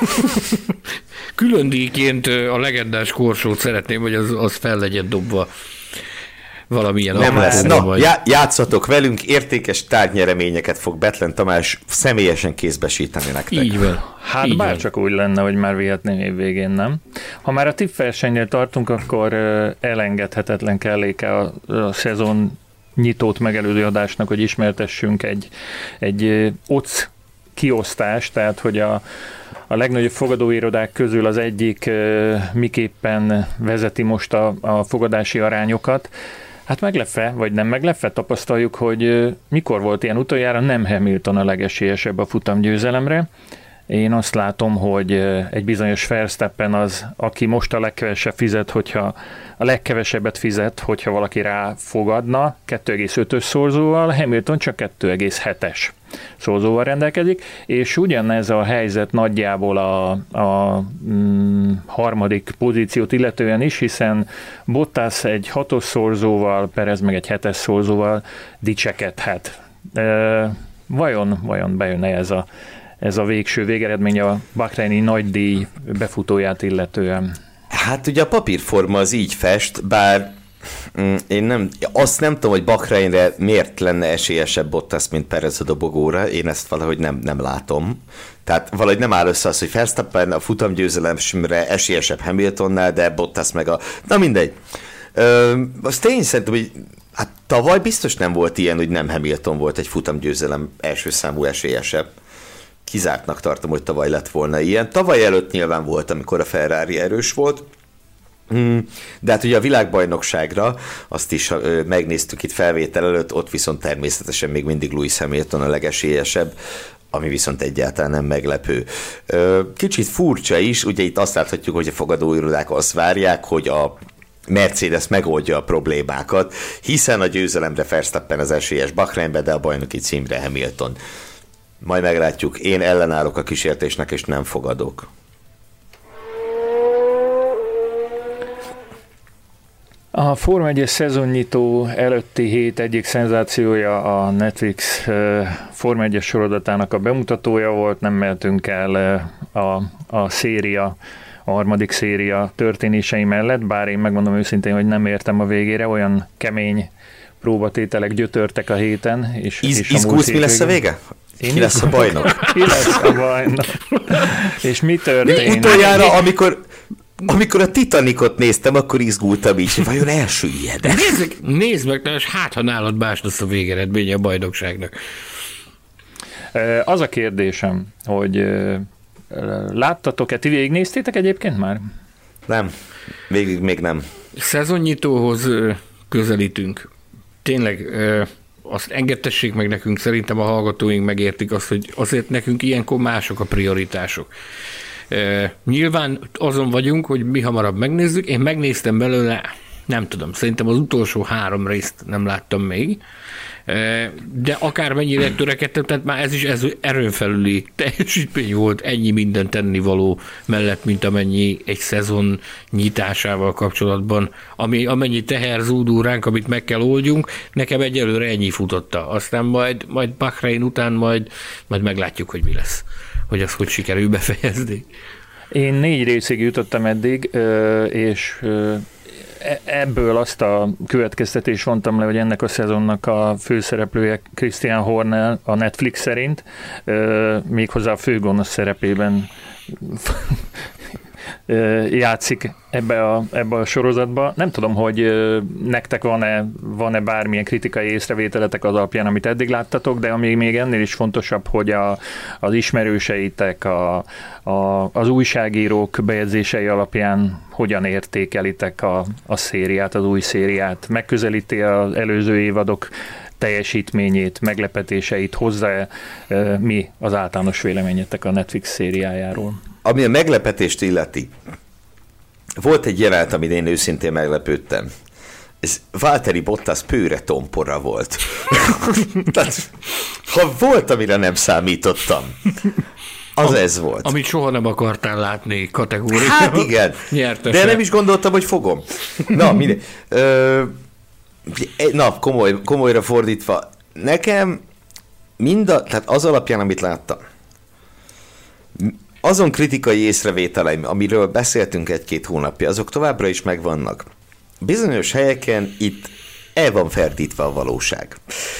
Külön díjként a legendás korsót szeretném, hogy az fel legyen dobva. Valamilyen nem lesz. Játszatok velünk, értékes tárgynyereményeket fog Bethlen Tamás személyesen kézbesíteni nektek. Így van. Hát bárcsak úgy lenne, hogy már vihetném évvégén, nem? Ha már a tippversenynél tartunk, akkor elengedhetetlen kelléke a szezon nyitót megelőző adásnak, hogy ismertessünk egy OC kiosztást, tehát hogy a legnagyobb fogadóirodák közül az egyik miképpen vezeti most a fogadási arányokat. Hát meglepve, vagy nem meglepve, tapasztaljuk, hogy mikor volt ilyen utoljára, nem Hamilton a legesélyesebb a futamgyőzelemre. Én azt látom, hogy egy bizonyos Verstappen az, aki most a legkevesebb fizet, hogyha a legkevesebbet fizet, hogyha valaki rá fogadna, 2,5-ös szorzóval, Hamilton csak 2,7-es szorzóval rendelkezik, és ugyanez a helyzet nagyjából a harmadik pozíciót illetően is, hiszen Bottas egy 6-os szorzóval, Perez meg egy 7-es szorzóval dicsekedhet. Vajon bejön ez a végső végeredmény a bahreini nagydíj befutóját illetően? Hát ugye a papírforma az így fest, bár én azt nem tudom, hogy Bahreinre miért lenne esélyesebb Bottas, mint Perez a dobogóra, én ezt valahogy nem látom. Tehát valahogy nem áll össze az, hogy Verstappen a futamgyőzelemre esélyesebb Hamiltonnál, de Bottas meg na mindegy. Azt én szerintem, hogy hát tavaly biztos nem volt ilyen, hogy nem Hamilton volt egy futamgyőzelem első számú esélyesebb. Kizártnak tartom, hogy tavaly lett volna ilyen. Tavaly előtt nyilván volt, amikor a Ferrari erős volt, de hát ugye a világbajnokságra, azt is megnéztük itt felvétel előtt, ott viszont természetesen még mindig Lewis Hamilton a legesélyesebb, ami viszont egyáltalán nem meglepő. Kicsit furcsa is, ugye itt azt láthatjuk, hogy a fogadóirodák azt várják, hogy a Mercedes megoldja a problémákat, hiszen a győzelemre Verstappen az esélyes Bahreinbe, de a bajnoki címre Hamilton. Majd meglátjuk, én ellenállok a kísértésnek, és nem fogadok. A Forma 1-es szezonnyitó előtti hét egyik szenzációja a Netflix Forma 1-es sorozatának a bemutatója volt, nem mehetünk el a széria, a harmadik széria történései mellett, bár én megmondom őszintén, hogy nem értem a végére, olyan kemény próbatételek gyötörtek a héten. Izgulsz, mi lesz a vége? Ki lesz a bajnok? Ki lesz a bajnok? És mi történik? Utoljára, amikor a Titanicot néztem, akkor izgultam így, vajon elsüllyed-e? Nézd meg, és hát, ha nálad más lesz a végeredménye a bajnokságnak. Az a kérdésem, hogy láttatok-e, ti végignéztétek egyébként már? Nem, végig még nem. Szezonnyitóhoz közelítünk. Tényleg azt engedtessék meg nekünk, szerintem a hallgatóink megértik azt, hogy azért nekünk ilyenkor mások a prioritások. Nyilván azon vagyunk, hogy mi hamarabb megnézzük, én megnéztem belőle, nem tudom, szerintem az utolsó 3 részt nem láttam még, de akármennyire törekedtem, tehát már ez is erőn felüli teljesítmény volt, ennyi minden tennivaló mellett, mint amennyi egy szezon nyitásával kapcsolatban, amennyi teher zúdul ránk, amit meg kell oldjunk, nekem egyelőre ennyi futotta. Aztán majd Bahrein után majd meglátjuk, hogy mi lesz, hogy azt hogy sikerül befejezni. Én 4 részig jutottam eddig, és ebből azt a következtetést vontam le, hogy ennek a szezonnak a főszereplője Christian Horner a Netflix szerint, méghozzá a főgonosz szerepében játszik ebbe a sorozatba. Nem tudom, hogy nektek van-e bármilyen kritikai észrevételetek az alapján, amit eddig láttatok, de ami még ennél is fontosabb, hogy az ismerőseitek, az újságírók bejegyzései alapján hogyan értékelitek a szériát, az új szériát, megközelíti az előző évadok teljesítményét, meglepetéseit, hozzá mi az általános véleményetek a Netflix szériájáról? Ami a meglepetést illeti, volt egy jelenet, amit én őszintén meglepődtem. Ez Valtteri Bottas pőre tompora volt. Tehát, ha volt, amire nem számítottam, az ez volt. Amit soha nem akartál látni kategóriában. Hát igen, de nem is gondoltam, hogy fogom. Na, mindegy. Komolyra fordítva, nekem tehát az alapján, amit láttam, azon kritikai észrevételeim, amiről beszéltünk 1-2 hónapja, azok továbbra is megvannak. Bizonyos helyeken itt el van ferdítve a valóság.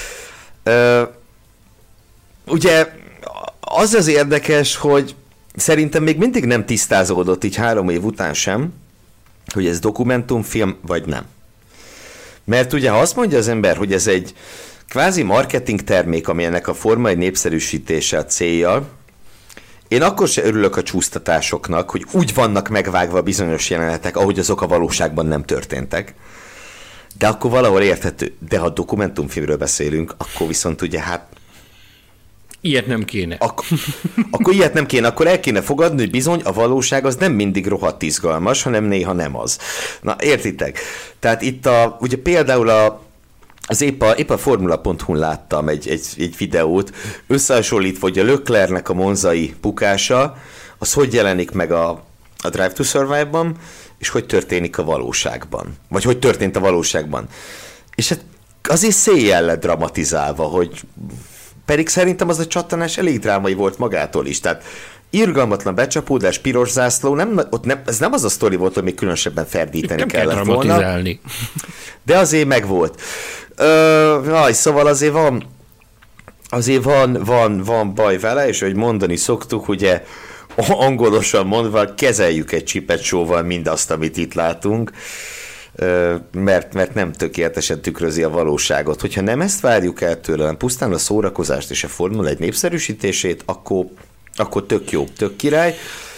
Ugye az érdekes, hogy szerintem még mindig nem tisztázódott így 3 év után sem, hogy ez dokumentumfilm vagy nem. Mert ugye ha azt mondja az ember, hogy ez egy kvázi marketing termék, ami ennek a Forma 1 népszerűsítése a célja, én akkor se örülök a csúsztatásoknak, hogy úgy vannak megvágva bizonyos jelenetek, ahogy azok a valóságban nem történtek. De akkor valahol érthető. De ha dokumentumfilmről beszélünk, akkor viszont ugye ilyet nem kéne. Akkor ilyet nem kéne, akkor el kéne fogadni, hogy bizony a valóság az nem mindig rohadt izgalmas, hanem néha nem az. Na, értitek? Tehát itt ugye például épp a formula.hu-n láttam egy videót, összehasonlítva, hogy a Leclercnek a monzai bukása, az hogy jelenik meg a Drive to Survive-ban, és hogy történik a valóságban. Vagy hogy történt a valóságban. És hát azért széjjel lett dramatizálva, hogy pedig szerintem az a csattanás elég drámai volt magától is. Tehát irgalmatlan becsapódás, piros zászló, ez nem az a sztori volt, hogy még különösebben ferdíteni kellett volna. De azért megvolt. Szóval azért van baj vele, és hogy mondani szoktuk, ugye angolosan mondva, kezeljük egy csipetsóval mindazt, amit itt látunk, mert nem tökéletesen tükrözi a valóságot. Hogyha nem ezt várjuk el tőle, hanem pusztán a szórakozást és a Formula 1 népszerűsítését, akkor tök jó, tök király.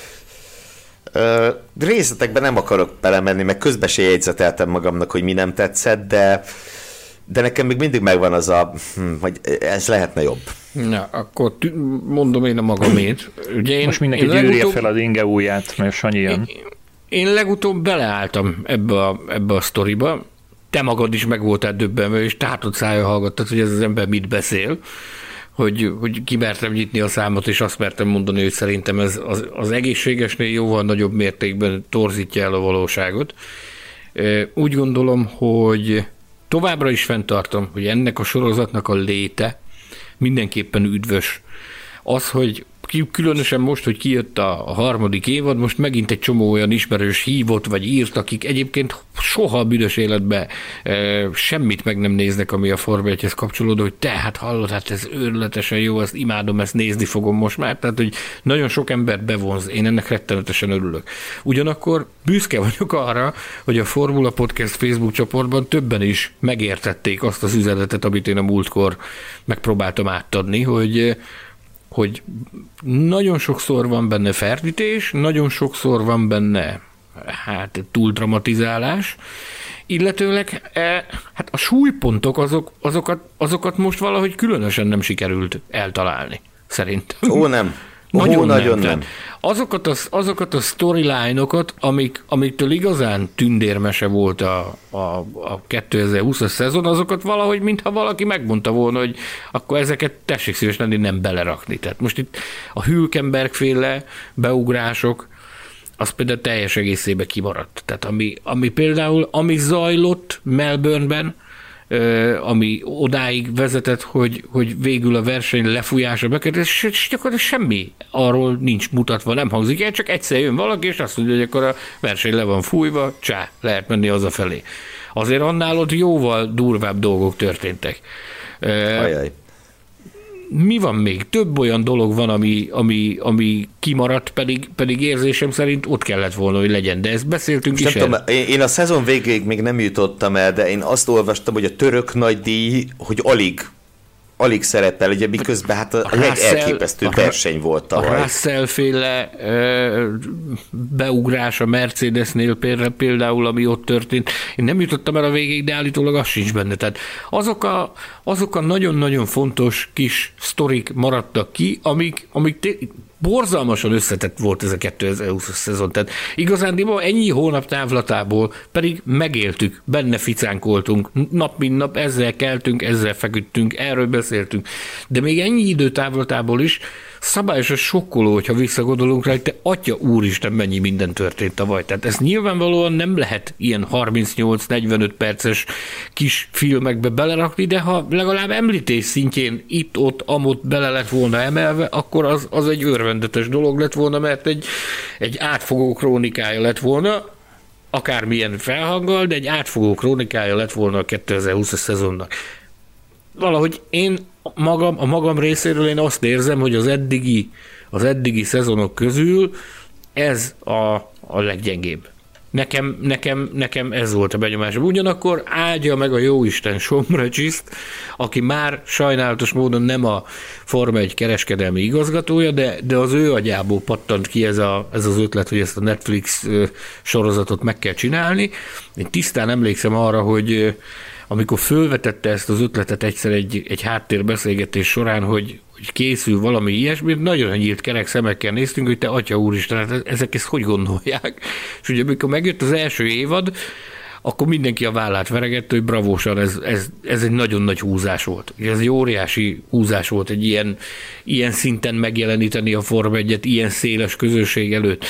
Részletekben nem akarok belemenni, meg közben se jegyzeteltem magamnak, hogy mi nem tetszett, de nekem még mindig megvan az hogy ez lehetne jobb. Na, akkor mondom én a magamét. Ugye most mindenki gyűrje fel az inge ujját, mert Sanyi jön. Én legutóbb beleálltam ebbe a sztoriba. Te magad is meg voltál döbbenve, és tátott szája hallgattad, hogy ez az ember mit beszél, hogy kimertem nyitni a számot, és azt mertem mondani, hogy szerintem ez az egészségesnél jóval nagyobb mértékben torzítja el a valóságot. Úgy gondolom, hogy továbbra is fenntartom, hogy ennek a sorozatnak a léte mindenképpen üdvös. Az, hogy különösen most, hogy kijött a 3. évad, most megint egy csomó olyan ismerős hívott vagy írt, akik egyébként soha a büdös életben semmit meg nem néznek, ami a Forma 1-hez kapcsolódó, hogy hát hallod, hát ez őrületesen jó, ezt imádom, ezt nézni fogom most már. Tehát, hogy nagyon sok embert bevonz, én ennek rettenetesen örülök. Ugyanakkor büszke vagyok arra, hogy a Formula Podcast Facebook csoportban többen is megértették azt az üzenetet, amit én a múltkor megpróbáltam átadni, hogy nagyon sokszor van benne ferdítés, nagyon sokszor van benne túldramatizálás, illetőleg hát a súlypontok azokat most valahogy különösen nem sikerült eltalálni, szerintem. Nem. Nagyon nem. Azokat a storyline-okat, amiktől igazán tündérmese volt a 2020-as szezon, azokat valahogy, mintha valaki megmondta volna, hogy akkor ezeket tessék szíves lenni nem belerakni. Tehát most itt a Hülkenberg-féle beugrások, az például teljes egészében kimaradt. Tehát ami például, ami zajlott Melbourneben, ami odáig vezetett, hogy végül a verseny lefújása bekerült, és gyakorlatilag semmi arról nincs mutatva, nem hangzik el, csak egyszer jön valaki, és azt mondja, hogy akkor a verseny le van fújva, lehet menni hazafelé. Azért annál ott jóval durvább dolgok történtek. Ajaj. Mi van még? Több olyan dolog van, ami kimaradt, pedig érzésem szerint ott kellett volna, hogy legyen, de ezt beszéltünk is. Tudom, én a szezon végéig még nem jutottam el, de én azt olvastam, hogy a török nagydíj, hogy alig szerepel, ugye miközben hát a legelképesztőbb verseny volt tavaly. A Russell-féle beugrás a Mercedesnél például, ami ott történt. Én nem jutottam el a végéig, de állítólag az sincs benne. Tehát azok a nagyon-nagyon fontos kis sztorik maradtak ki, amik borzalmasan összetett volt ez a 2020 szezon. Tehát igazán ennyi hónap távlatából pedig megéltük, benne ficánkoltunk, nap mint nap ezzel keltünk, ezzel feküdtünk, erről beszéltünk. De még ennyi idő távlatából is szabályosan sokkoló, hogyha visszagondolunk rá, hogy te atya úristen, mennyi minden történt tavaly. Tehát ezt nyilvánvalóan nem lehet ilyen 38-45 perces kis filmekbe belerakni, de ha legalább említés szintjén itt-ott, amott bele lett volna emelve, akkor az egy örvendetes dolog lett volna, mert egy átfogó krónikája lett volna, akármilyen felhanggal, de egy átfogó krónikája lett volna a 2020-as szezonnak. Valahogy a magam részéről én azt érzem, hogy az eddigi szezonok közül ez a leggyengébb. Nekem ez volt a benyomásom. Ugyanakkor áldja meg a jóisten Somrecsiszt, aki már sajnálatos módon nem a Forma 1 kereskedelmi igazgatója, de az ő agyából pattant ki ez az ötlet, hogy ezt a Netflix sorozatot meg kell csinálni. Én tisztán emlékszem arra, hogy amikor fölvetette ezt az ötletet egyszer egy háttérbeszélgetés során, hogy készül valami ilyesmi, nagyon nyílt kerek szemekkel néztünk, hogy te atya úristen, hát ezek ezt hogy gondolják? És ugye amikor megjött az első évad, akkor mindenki a vállát veregette, hogy bravósan, ez egy nagyon nagy húzás volt. Ez egy óriási húzás volt egy ilyen szinten megjeleníteni a Forma 1-et, ilyen széles közösség előtt.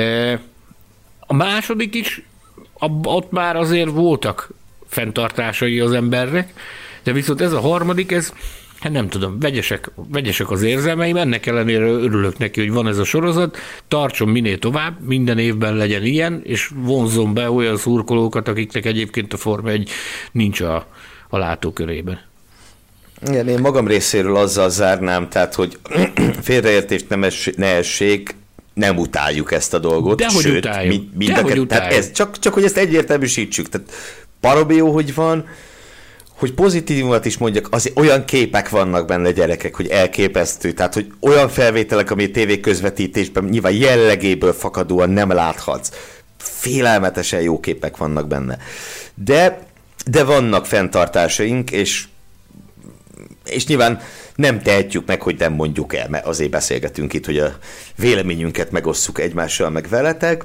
A második is, ott már azért voltak fenntartásai az embernek, de viszont ez a harmadik, hát nem tudom, vegyesek az érzelmeim, ennek ellenére örülök neki, hogy van ez a sorozat, tartson minél tovább, minden évben legyen ilyen, és vonzzon be olyan szurkolókat, akiknek egyébként a Forma 1 nincs a látókörében. Igen, én magam részéről azzal zárnám, tehát, hogy félreértést ne essék, nem utáljuk ezt a dolgot. Dehogy sőt, utáljuk. Tehát ez, csak hogy ezt egyértelműsítsük. Tehát baromi jó, hogy van, hogy pozitívat is mondjak, azért olyan képek vannak benne, gyerekek, hogy elképesztő. Tehát, hogy olyan felvételek, ami tévéközvetítésben nyilván jellegéből fakadóan nem láthatsz. Félelmetesen jó képek vannak benne. De vannak fenntartásaink, és nyilván nem tehetjük meg, hogy nem mondjuk el, mert azért beszélgetünk itt, hogy a véleményünket megosszuk egymással, meg veletek.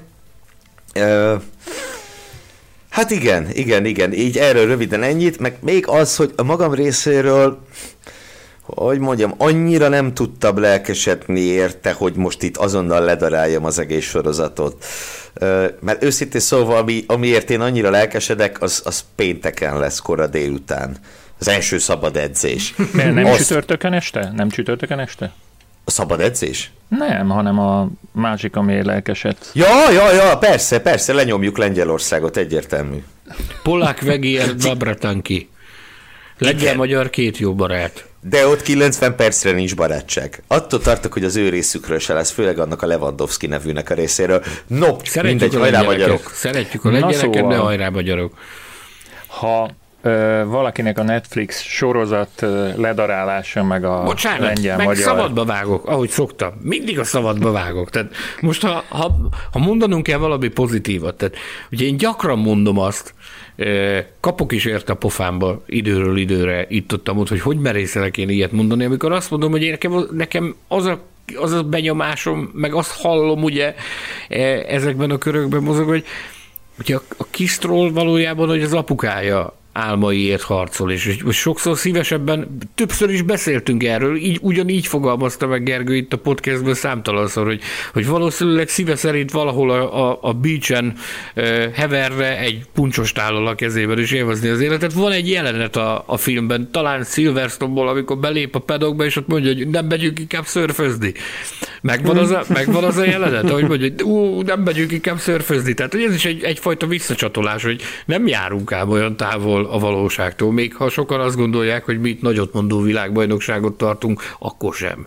Hát igen, így erről röviden ennyit, meg még az, hogy a magam részéről, hogy mondjam, annyira nem tudtam lelkesedni érte, hogy most itt azonnal ledaráljam az egész sorozatot. Mert őszintén szóval, amiért én annyira lelkesedek, az pénteken lesz kora délután. Az első szabad edzés. Nem csütörtökön este? Nem csütörtökön este? A szabad edzés? Nem, hanem a másik, ami lelkeset. Ja, persze, lenyomjuk Lengyelországot, egyértelmű. Polák Vegér Babratanki. Lengyel magyar két jó barát. De ott 90 percre nincs barátság. Attól tartok, hogy az ő részükről se lesz, főleg annak a Lewandowski nevűnek a részéről. Mindegy, hajrá magyarok. Szeretjük a lengyeleket, szóval, de hajrá magyarok. Ha valakinek a Netflix sorozat ledarálása, meg a lengyel-magyar... szabadba vágok, ahogy szoktam. Mindig a szabadba vágok. Tehát most, ha mondanunk kell valami pozitívat, tehát ugye én gyakran mondom azt, kapok is érte a pofámba időről időre itt-ott, hogy merészelek én ilyet mondani, amikor azt mondom, hogy nekem az a benyomásom, meg azt hallom ugye ezekben a körökben mozog, hogy a kis troll valójában, hogy az apukája álmaiért harcol, és sokszor szívesebben, többször is beszéltünk erről, ugyanígy fogalmazta meg Gergő itt a podcastből számtalanszor, hogy valószínűleg szíve szerint valahol a beachen heverre egy puncsos tállal a kezében és élvezni az életet. Van egy jelenet a filmben, talán Silverstone-ból, amikor belép a paddockba, és ott mondja, hogy nem megyünk inkább szörfözni. Megvan az a jelenet, ahogy mondja, hogy nem megyünk inkább szörfözni. Tehát ez is egyfajta visszacsatolás, hogy nem járunk ám olyan távol a valóságtól, még ha sokan azt gondolják, hogy mi itt nagyotmondó világbajnokságot tartunk, akkor sem.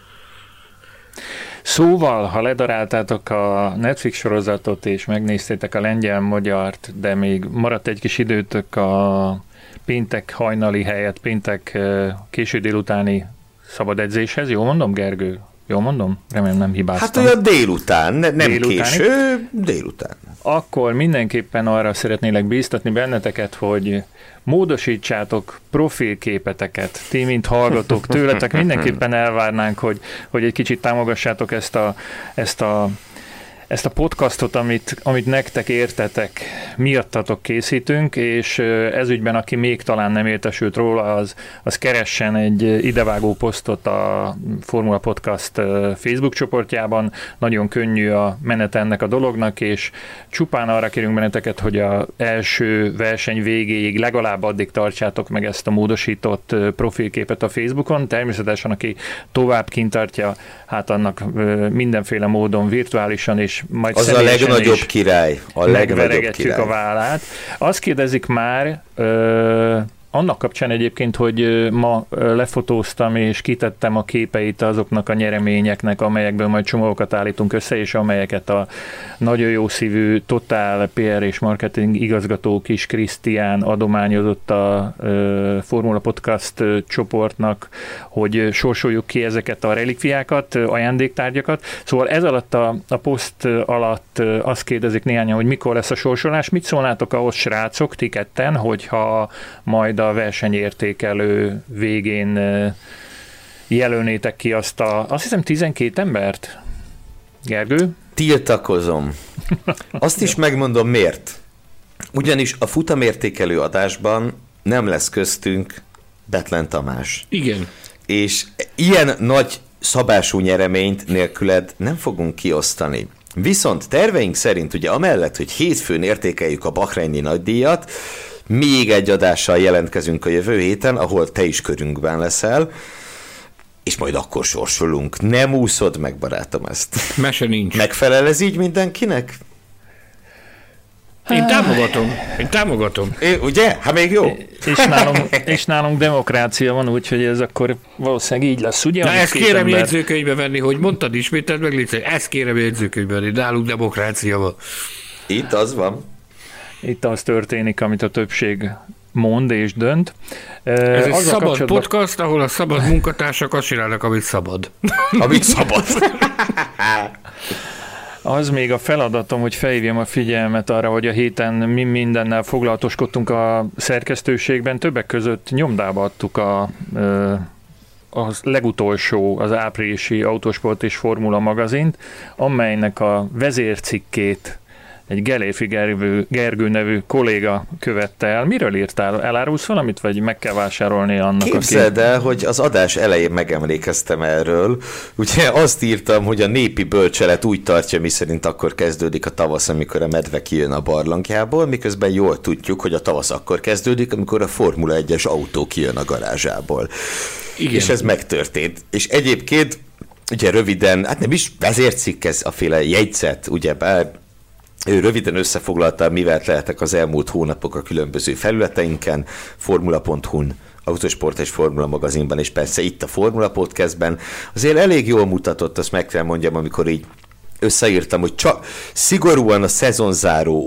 Szóval, ha ledaráltátok a Netflix sorozatot és megnéztétek a lengyel-magyart, de még maradt egy kis időtök a péntek hajnali helyett, péntek késő délutáni szabad edzéshez, jól mondom, Gergő? Jól mondom? Remélem nem hibáztam. Hát olyan délután, nem késő, délután. Akkor mindenképpen arra szeretnélek bíztatni benneteket, hogy módosítsátok profilképeteket, ti, mint hallgatók tőletek, mindenképpen elvárnánk, hogy egy kicsit támogassátok ezt a podcastot, amit nektek értetek, miattatok készítünk, és ezügyben, aki még talán nem értesült róla, az keressen egy idevágó posztot a Formula Podcast Facebook csoportjában. Nagyon könnyű a menet ennek a dolognak, és csupán arra kérünk benneteket, hogy az első verseny végéig legalább addig tartsátok meg ezt a módosított profilképet a Facebookon. Természetesen, aki tovább kint tartja, hát annak mindenféle módon virtuálisan és majd az a legnagyobb király. Megveregetjük a vállát. Azt kérdezik már, annak kapcsán egyébként, hogy ma lefotóztam és kitettem a képeit azoknak a nyereményeknek, amelyekből majd csomókat állítunk össze, és amelyeket a nagyon jó szívű Total PR és marketing igazgató Kis Krisztián adományozott a Formula Podcast csoportnak, hogy sorsoljuk ki ezeket a relikviákat, ajándéktárgyakat. Szóval ez alatt a poszt alatt azt kérdezik néhányan, hogy mikor lesz a sorsolás. Mit szólnátok ahhoz, srácok, ti ketten, hogyha majd a versenyértékelő végén jelölnétek ki azt hiszem 12 embert? Gergő? Tiltakozom. Azt is megmondom miért. Ugyanis a futamértékelő adásban nem lesz köztünk Betlen Tamás. Igen. És ilyen nagy szabású nyereményt nélküled nem fogunk kiosztani. Viszont terveink szerint ugye amellett, hogy hétfőn értékeljük a bahreini nagydíjat, még egy adással jelentkezünk a jövő héten, ahol te is körünkben leszel, és majd akkor sorsolunk. Nem úszod meg, barátom, ezt. Mese nincs. Megfelel ez így mindenkinek? Én támogatom. Ugye? Hát még jó. És nálunk demokrácia van, úgyhogy ez akkor valószínűleg így lesz, ugye? Na ezt kérem jegyzőkönyvbe venni, hogy mondtad, ismételd meg, légy, ezt kérem jegyzőkönyvbe venni, nálunk demokrácia van. Itt az van. Itt az történik, amit a többség mond és dönt. Ez egy szabad podcast, ahol a szabad munkatársak azt csinálnak, amit szabad. Amit szabad. Az még a feladatom, hogy felhívjam a figyelmet arra, hogy a héten mi mindennel foglalatoskodtunk a szerkesztőségben. Többek között nyomdába adtuk a legutolsó, az áprilisi Autósport és Formula magazint, amelynek a vezércikkét egy Gellérfi Gergő nevű kolléga követte el. Miről írtál? Elárulsz valamit, vagy meg kell vásárolni annak, Képzeld el, hogy az adás elején megemlékeztem erről. Ugye azt írtam, hogy a népi bölcselet úgy tartja, miszerint akkor kezdődik a tavasz, amikor a medve kijön a barlangjából, miközben jól tudjuk, hogy a tavasz akkor kezdődik, amikor a Formula 1-es autó kijön a garázsából. Igen. És ez megtörtént. És egyébként, ugye röviden, hát nem is vezércikk, ez a féle jegyzet, ugyebár, ő röviden összefoglalta, mivel lehetek az elmúlt hónapok a különböző felületeinken, formula.hu-n, Autósport és Formula magazinban, és persze itt a Formula Podcastben. Azért elég jól mutatott, azt meg kell mondjam, amikor így összeírtam, hogy csak szigorúan a szezonzáró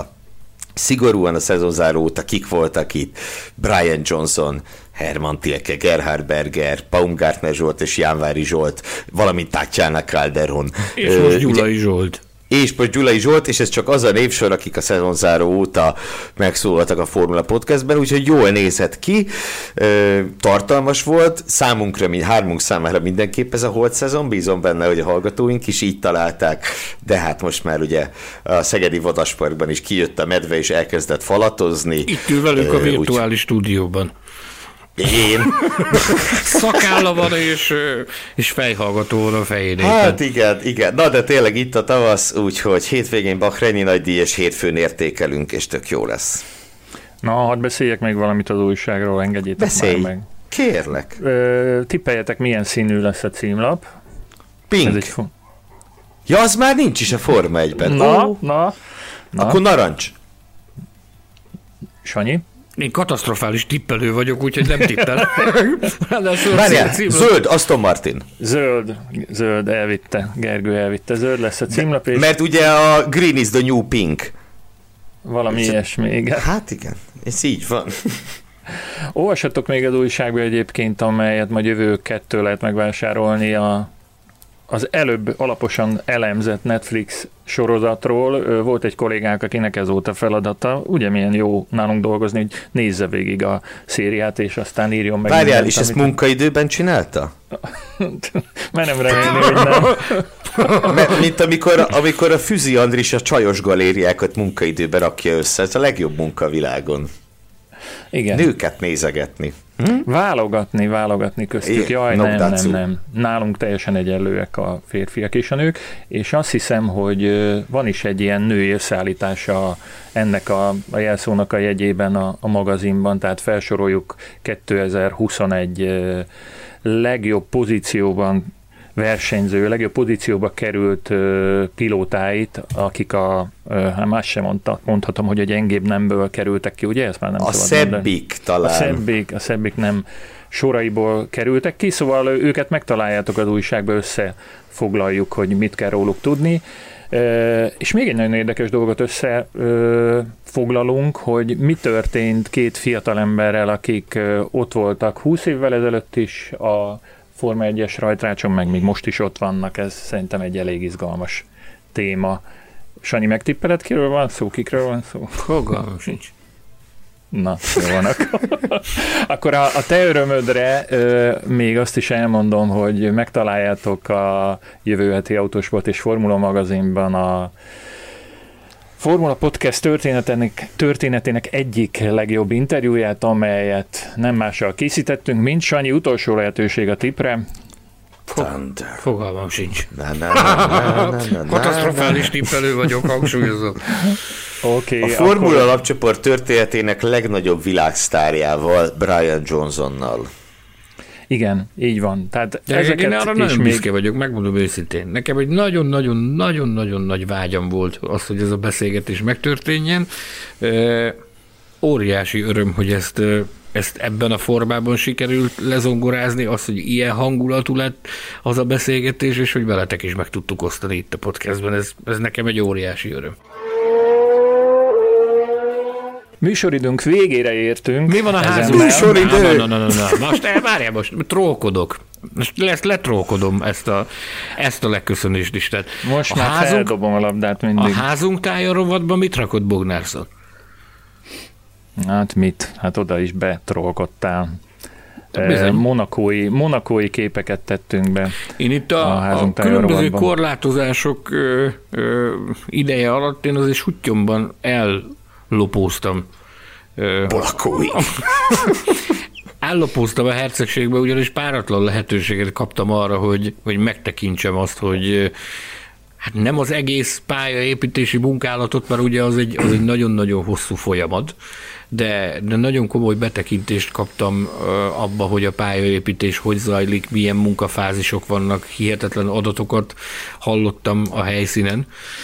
óta kik voltak itt. Brian Johnson, Hermann Tilke, Gerhard Berger, Baumgartner Zsolt és Jánvári Zsolt, valamint Tatjana Calderon. És most Gyulai Zsolt. és most Gyulai Zsolt, és ez csak az a névsor, akik a szezonzáró óta megszólaltak a Formula Podcastben, úgyhogy jól nézett ki, tartalmas volt, számunkra, hármunk számára mindenképp ez a holt szezon, bízom benne, hogy a hallgatóink is így találták, de hát most már ugye a Szegedi Vadasparkban is kijött a medve, és elkezdett falatozni. Itt ül velünk a virtuális stúdióban. Én? Szakálla van, és fejhallgató van a fején. Hát igen. Na, de tényleg itt a tavasz, úgyhogy hétvégén Bahreini nagydíj, és hétfőn értékelünk, és tök jó lesz. Na, hadd beszéljek még valamit az újságról, engedjétek már meg. Kérlek. Tippeljetek, milyen színű lesz a címlap. Pink. Ja, az már nincs is a Forma 1-ben. Na. Akkor narancs. Sanyi? Én katasztrofális tippelő vagyok, úgyhogy nem tippel. Várjál, zöld, Aston Martin. Zöld, elvitte. Gergő elvitte. Zöld lesz a címlap. És mert ugye a Green is the new pink. Valami ilyesmi, igen. Hát igen, ez így van. Olvassatok még az újságban egyébként, amelyet majd jövő 2 lehet megvásárolni az előbb alaposan elemzett Netflix sorozatról. Volt egy kollégánk, akinek ez volt a feladata. Ugye milyen jó nálunk dolgozni, hogy nézze végig a szériát, és aztán írjon meg. Várjál, és ezt munkaidőben csinálta? Mert nem remélni, hogy nem. Mint amikor a Füzi Andris a csajos galériákat munkaidőben rakja össze. Ez a legjobb munka a világon. Igen. Nőket nézegetni. Válogatni köztük. Jaj, nem. Nálunk teljesen egyenlőek a férfiak és a nők, és azt hiszem, hogy van is egy ilyen női összeállítása ennek a jelszónak a jegyében a magazinban, tehát felsoroljuk 2021 legjobb pozícióban versenyző, legjobb pozícióba került pilótáit, akik más sem mondhatom, hogy a gyengébb nemből kerültek ki, ugye? Ezt már nem a szebbik talán. A szebbik nem soraiból kerültek ki, szóval őket megtaláljátok az újságba, összefoglaljuk, hogy mit kell róluk tudni. És még egy nagyon érdekes dolgot összefoglalunk, hogy mi történt 2 fiatalemberrel, akik ott voltak 20 évvel ezelőtt is a Forma 1-es rajtrácson, meg még most is ott vannak, ez szerintem egy elég izgalmas téma. Sanyi, megtippeled, kiről van szó, kikről van szó? Fogalmam sincs. Na, jó van akkor a te örömödre még azt is elmondom, hogy megtaláljátok a jövő heti Autósport és Formula magazinban a Formula Podcast történetének egyik legjobb interjúját, amelyet nem mással készítettünk, mint Sanyi, utolsó lehetőség a tippre. Fogalmam sincs. Katasztrofális tippelő vagyok, hangsúlyozom. Okay, a Formula Lapcsoport történetének legnagyobb világsztárjával, Brian Johnsonnal. Igen, így van. Tehát én arra nagyon büszke vagyok, megmondom őszintén. Nekem egy nagyon-nagyon-nagyon-nagyon nagy vágyam volt az, hogy ez a beszélgetés megtörténjen. Óriási öröm, hogy ezt ebben a formában sikerült lezongorázni, az, hogy ilyen hangulatú lett az a beszélgetés, és hogy veletek is meg tudtuk osztani itt a podcastben. Ez nekem egy óriási öröm. Műsoridőnk végére értünk. Mi van a házunk? Műsoridő! Na. Várjál, most trollkodok. Most letrollkodom ezt a legköszönést is. Tehát most már feldobom a labdát mindig. A házunk tája rovatban mit rakott Bognárszon? Hát mit? Hát oda is betrollkodtál. Monakói képeket tettünk be. Én itt a különböző korlátozások ideje alatt én azért suttyomban ellopóztam. Monakói. Ellopóztam a hercegségbe, ugyanis páratlan lehetőséget kaptam arra, hogy megtekintsem azt, hogy hát nem az egész pályaépítési munkálatot, mert ugye az egy nagyon-nagyon hosszú folyamat, de nagyon komoly betekintést kaptam abba, hogy a pályaépítés hogy zajlik, milyen munkafázisok vannak, hihetetlen adatokat hallottam a helyszínen.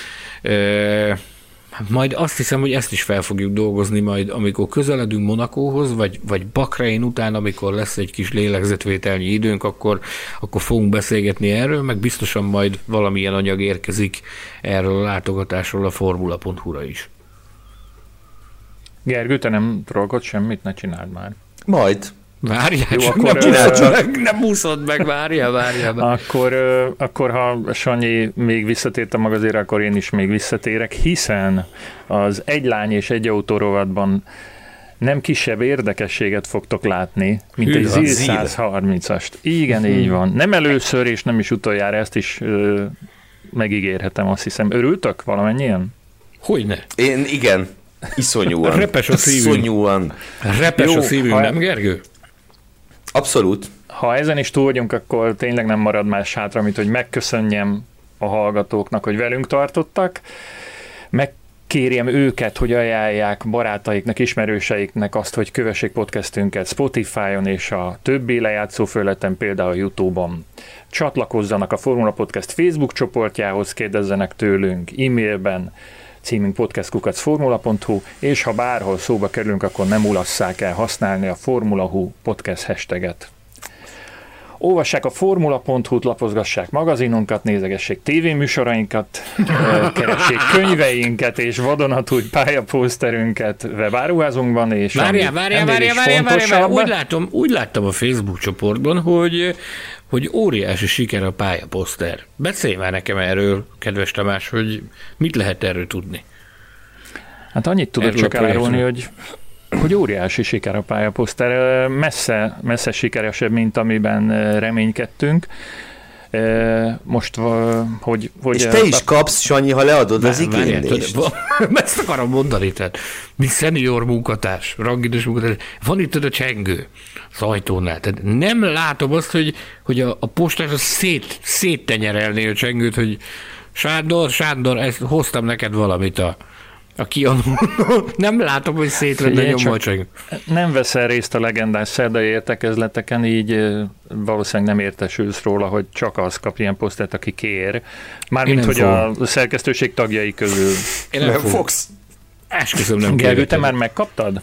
Majd azt hiszem, hogy ezt is fel fogjuk dolgozni majd, amikor közeledünk Monakóhoz, vagy Bahrein után, amikor lesz egy kis lélegzetvételnyi időnk, akkor fogunk beszélgetni erről, meg biztosan majd valamilyen anyag érkezik erről a látogatásról a formula.hu-ra is. Gergő, te nem trollkodsz semmit, ne csináld már. Majd Várjál, jó, nem úszod meg, várjál. Akkor ha Sanyi még visszatért a magazinra, akkor én is még visszatérek, hiszen az Egy lány és egy autó rovatban nem kisebb érdekességet fogtok látni, mint egy ZIL 130-ast. Igen, így van. Nem először és nem is utoljára, ezt is megígérhetem, azt hiszem. Örültök valamennyien? Hogyne? Én igen. Iszonyúan. Repes a szívünk. Iszonyúan. Repes a szívünk, nem Gergő? Abszolút. Ha ezen is túl vagyunk, akkor tényleg nem marad más hátra, mint hogy megköszönjem a hallgatóknak, hogy velünk tartottak. Megkérjem őket, hogy ajánlják barátaiknak, ismerőseiknek azt, hogy kövessék podcastünket Spotify-on és a többi lejátszófelületen, például a YouTube-on. Csatlakozzanak a Formula Podcast Facebook csoportjához, kérdezzenek tőlünk e-mailben, címünk podcast@formula.hu, és ha bárhol szóba kerülünk, akkor nem ulasszák el használni a Formula.hu podcast hashtaget. Olvassák a Formula.hu-t, lapozgassák magazinunkat, nézegessék tévéműsorainkat, keressék könyveinket és vadonatúj pályapószterünket webáruházunkban, és várjál, úgy láttam a Facebook csoportban, hogy óriási siker a pályaposzter. Beszélj már nekem erről, kedves Tamás, hogy mit lehet erről tudni? Hát annyit tudok erről csak elárulni, hogy óriási siker a pályaposzter, messze sikeresebb, mint amiben reménykedtünk. Most, hogy és te is kapsz, Sanyi, ha leadod az igénylést. Ezt akarom mondani, tehát mi szenior munkatárs, rangidős munkatárs, van itt a csengő az ajtónál. Tehát nem látom azt, hogy a postás széttenyerelné a csengőt, hogy Sándor, ezt hoztam neked valamit a kiadóról. Nem látom, hogy szét lenne nyomva a csengő. Nem veszel részt a legendás szerdai értekezleteken, így valószínűleg nem értesülsz róla, hogy csak az kap ilyen posztert, aki kér. Mármint, hogy a szerkesztőség tagjai közül. Én nem fogsz. Esküszöm, nem Gergő, te már megkaptad?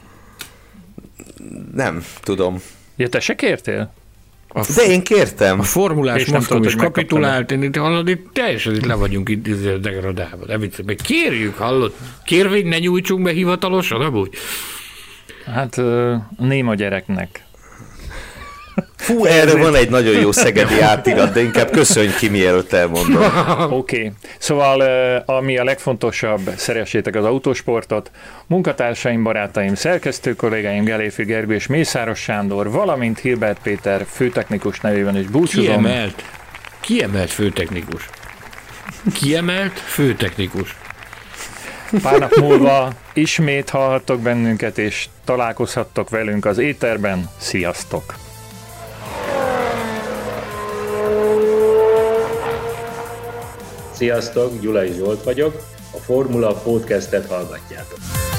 Nem, tudom. Ja, te se kértél? De én kértem. A formulás mozgalom is kapitulált, itt teljesen itt le vagyunk itt degradálva. De mit kérjük, hallod? Kérvény ne nyújtsunk be hivatalosan, amúgy? Hát néma gyereknek. Fú, erre van egy nagyon jó szegedi átirat, de inkább köszönj ki, mielőtt elmondom. Oké. Szóval, ami a legfontosabb, szeressétek az autósportot. Munkatársaim, barátaim, szerkesztő kollégáim, Geléfi Gergő és Mészáros Sándor, valamint Hilbert Péter főtechnikus nevében is búcsúzom. Kiemelt főtechnikus. Pár nap múlva ismét hallhattok bennünket, és találkozhattok velünk az éterben. Sziasztok! Sziasztok, Gyulai Zsolt vagyok, a Formula Podcastet hallgatjátok.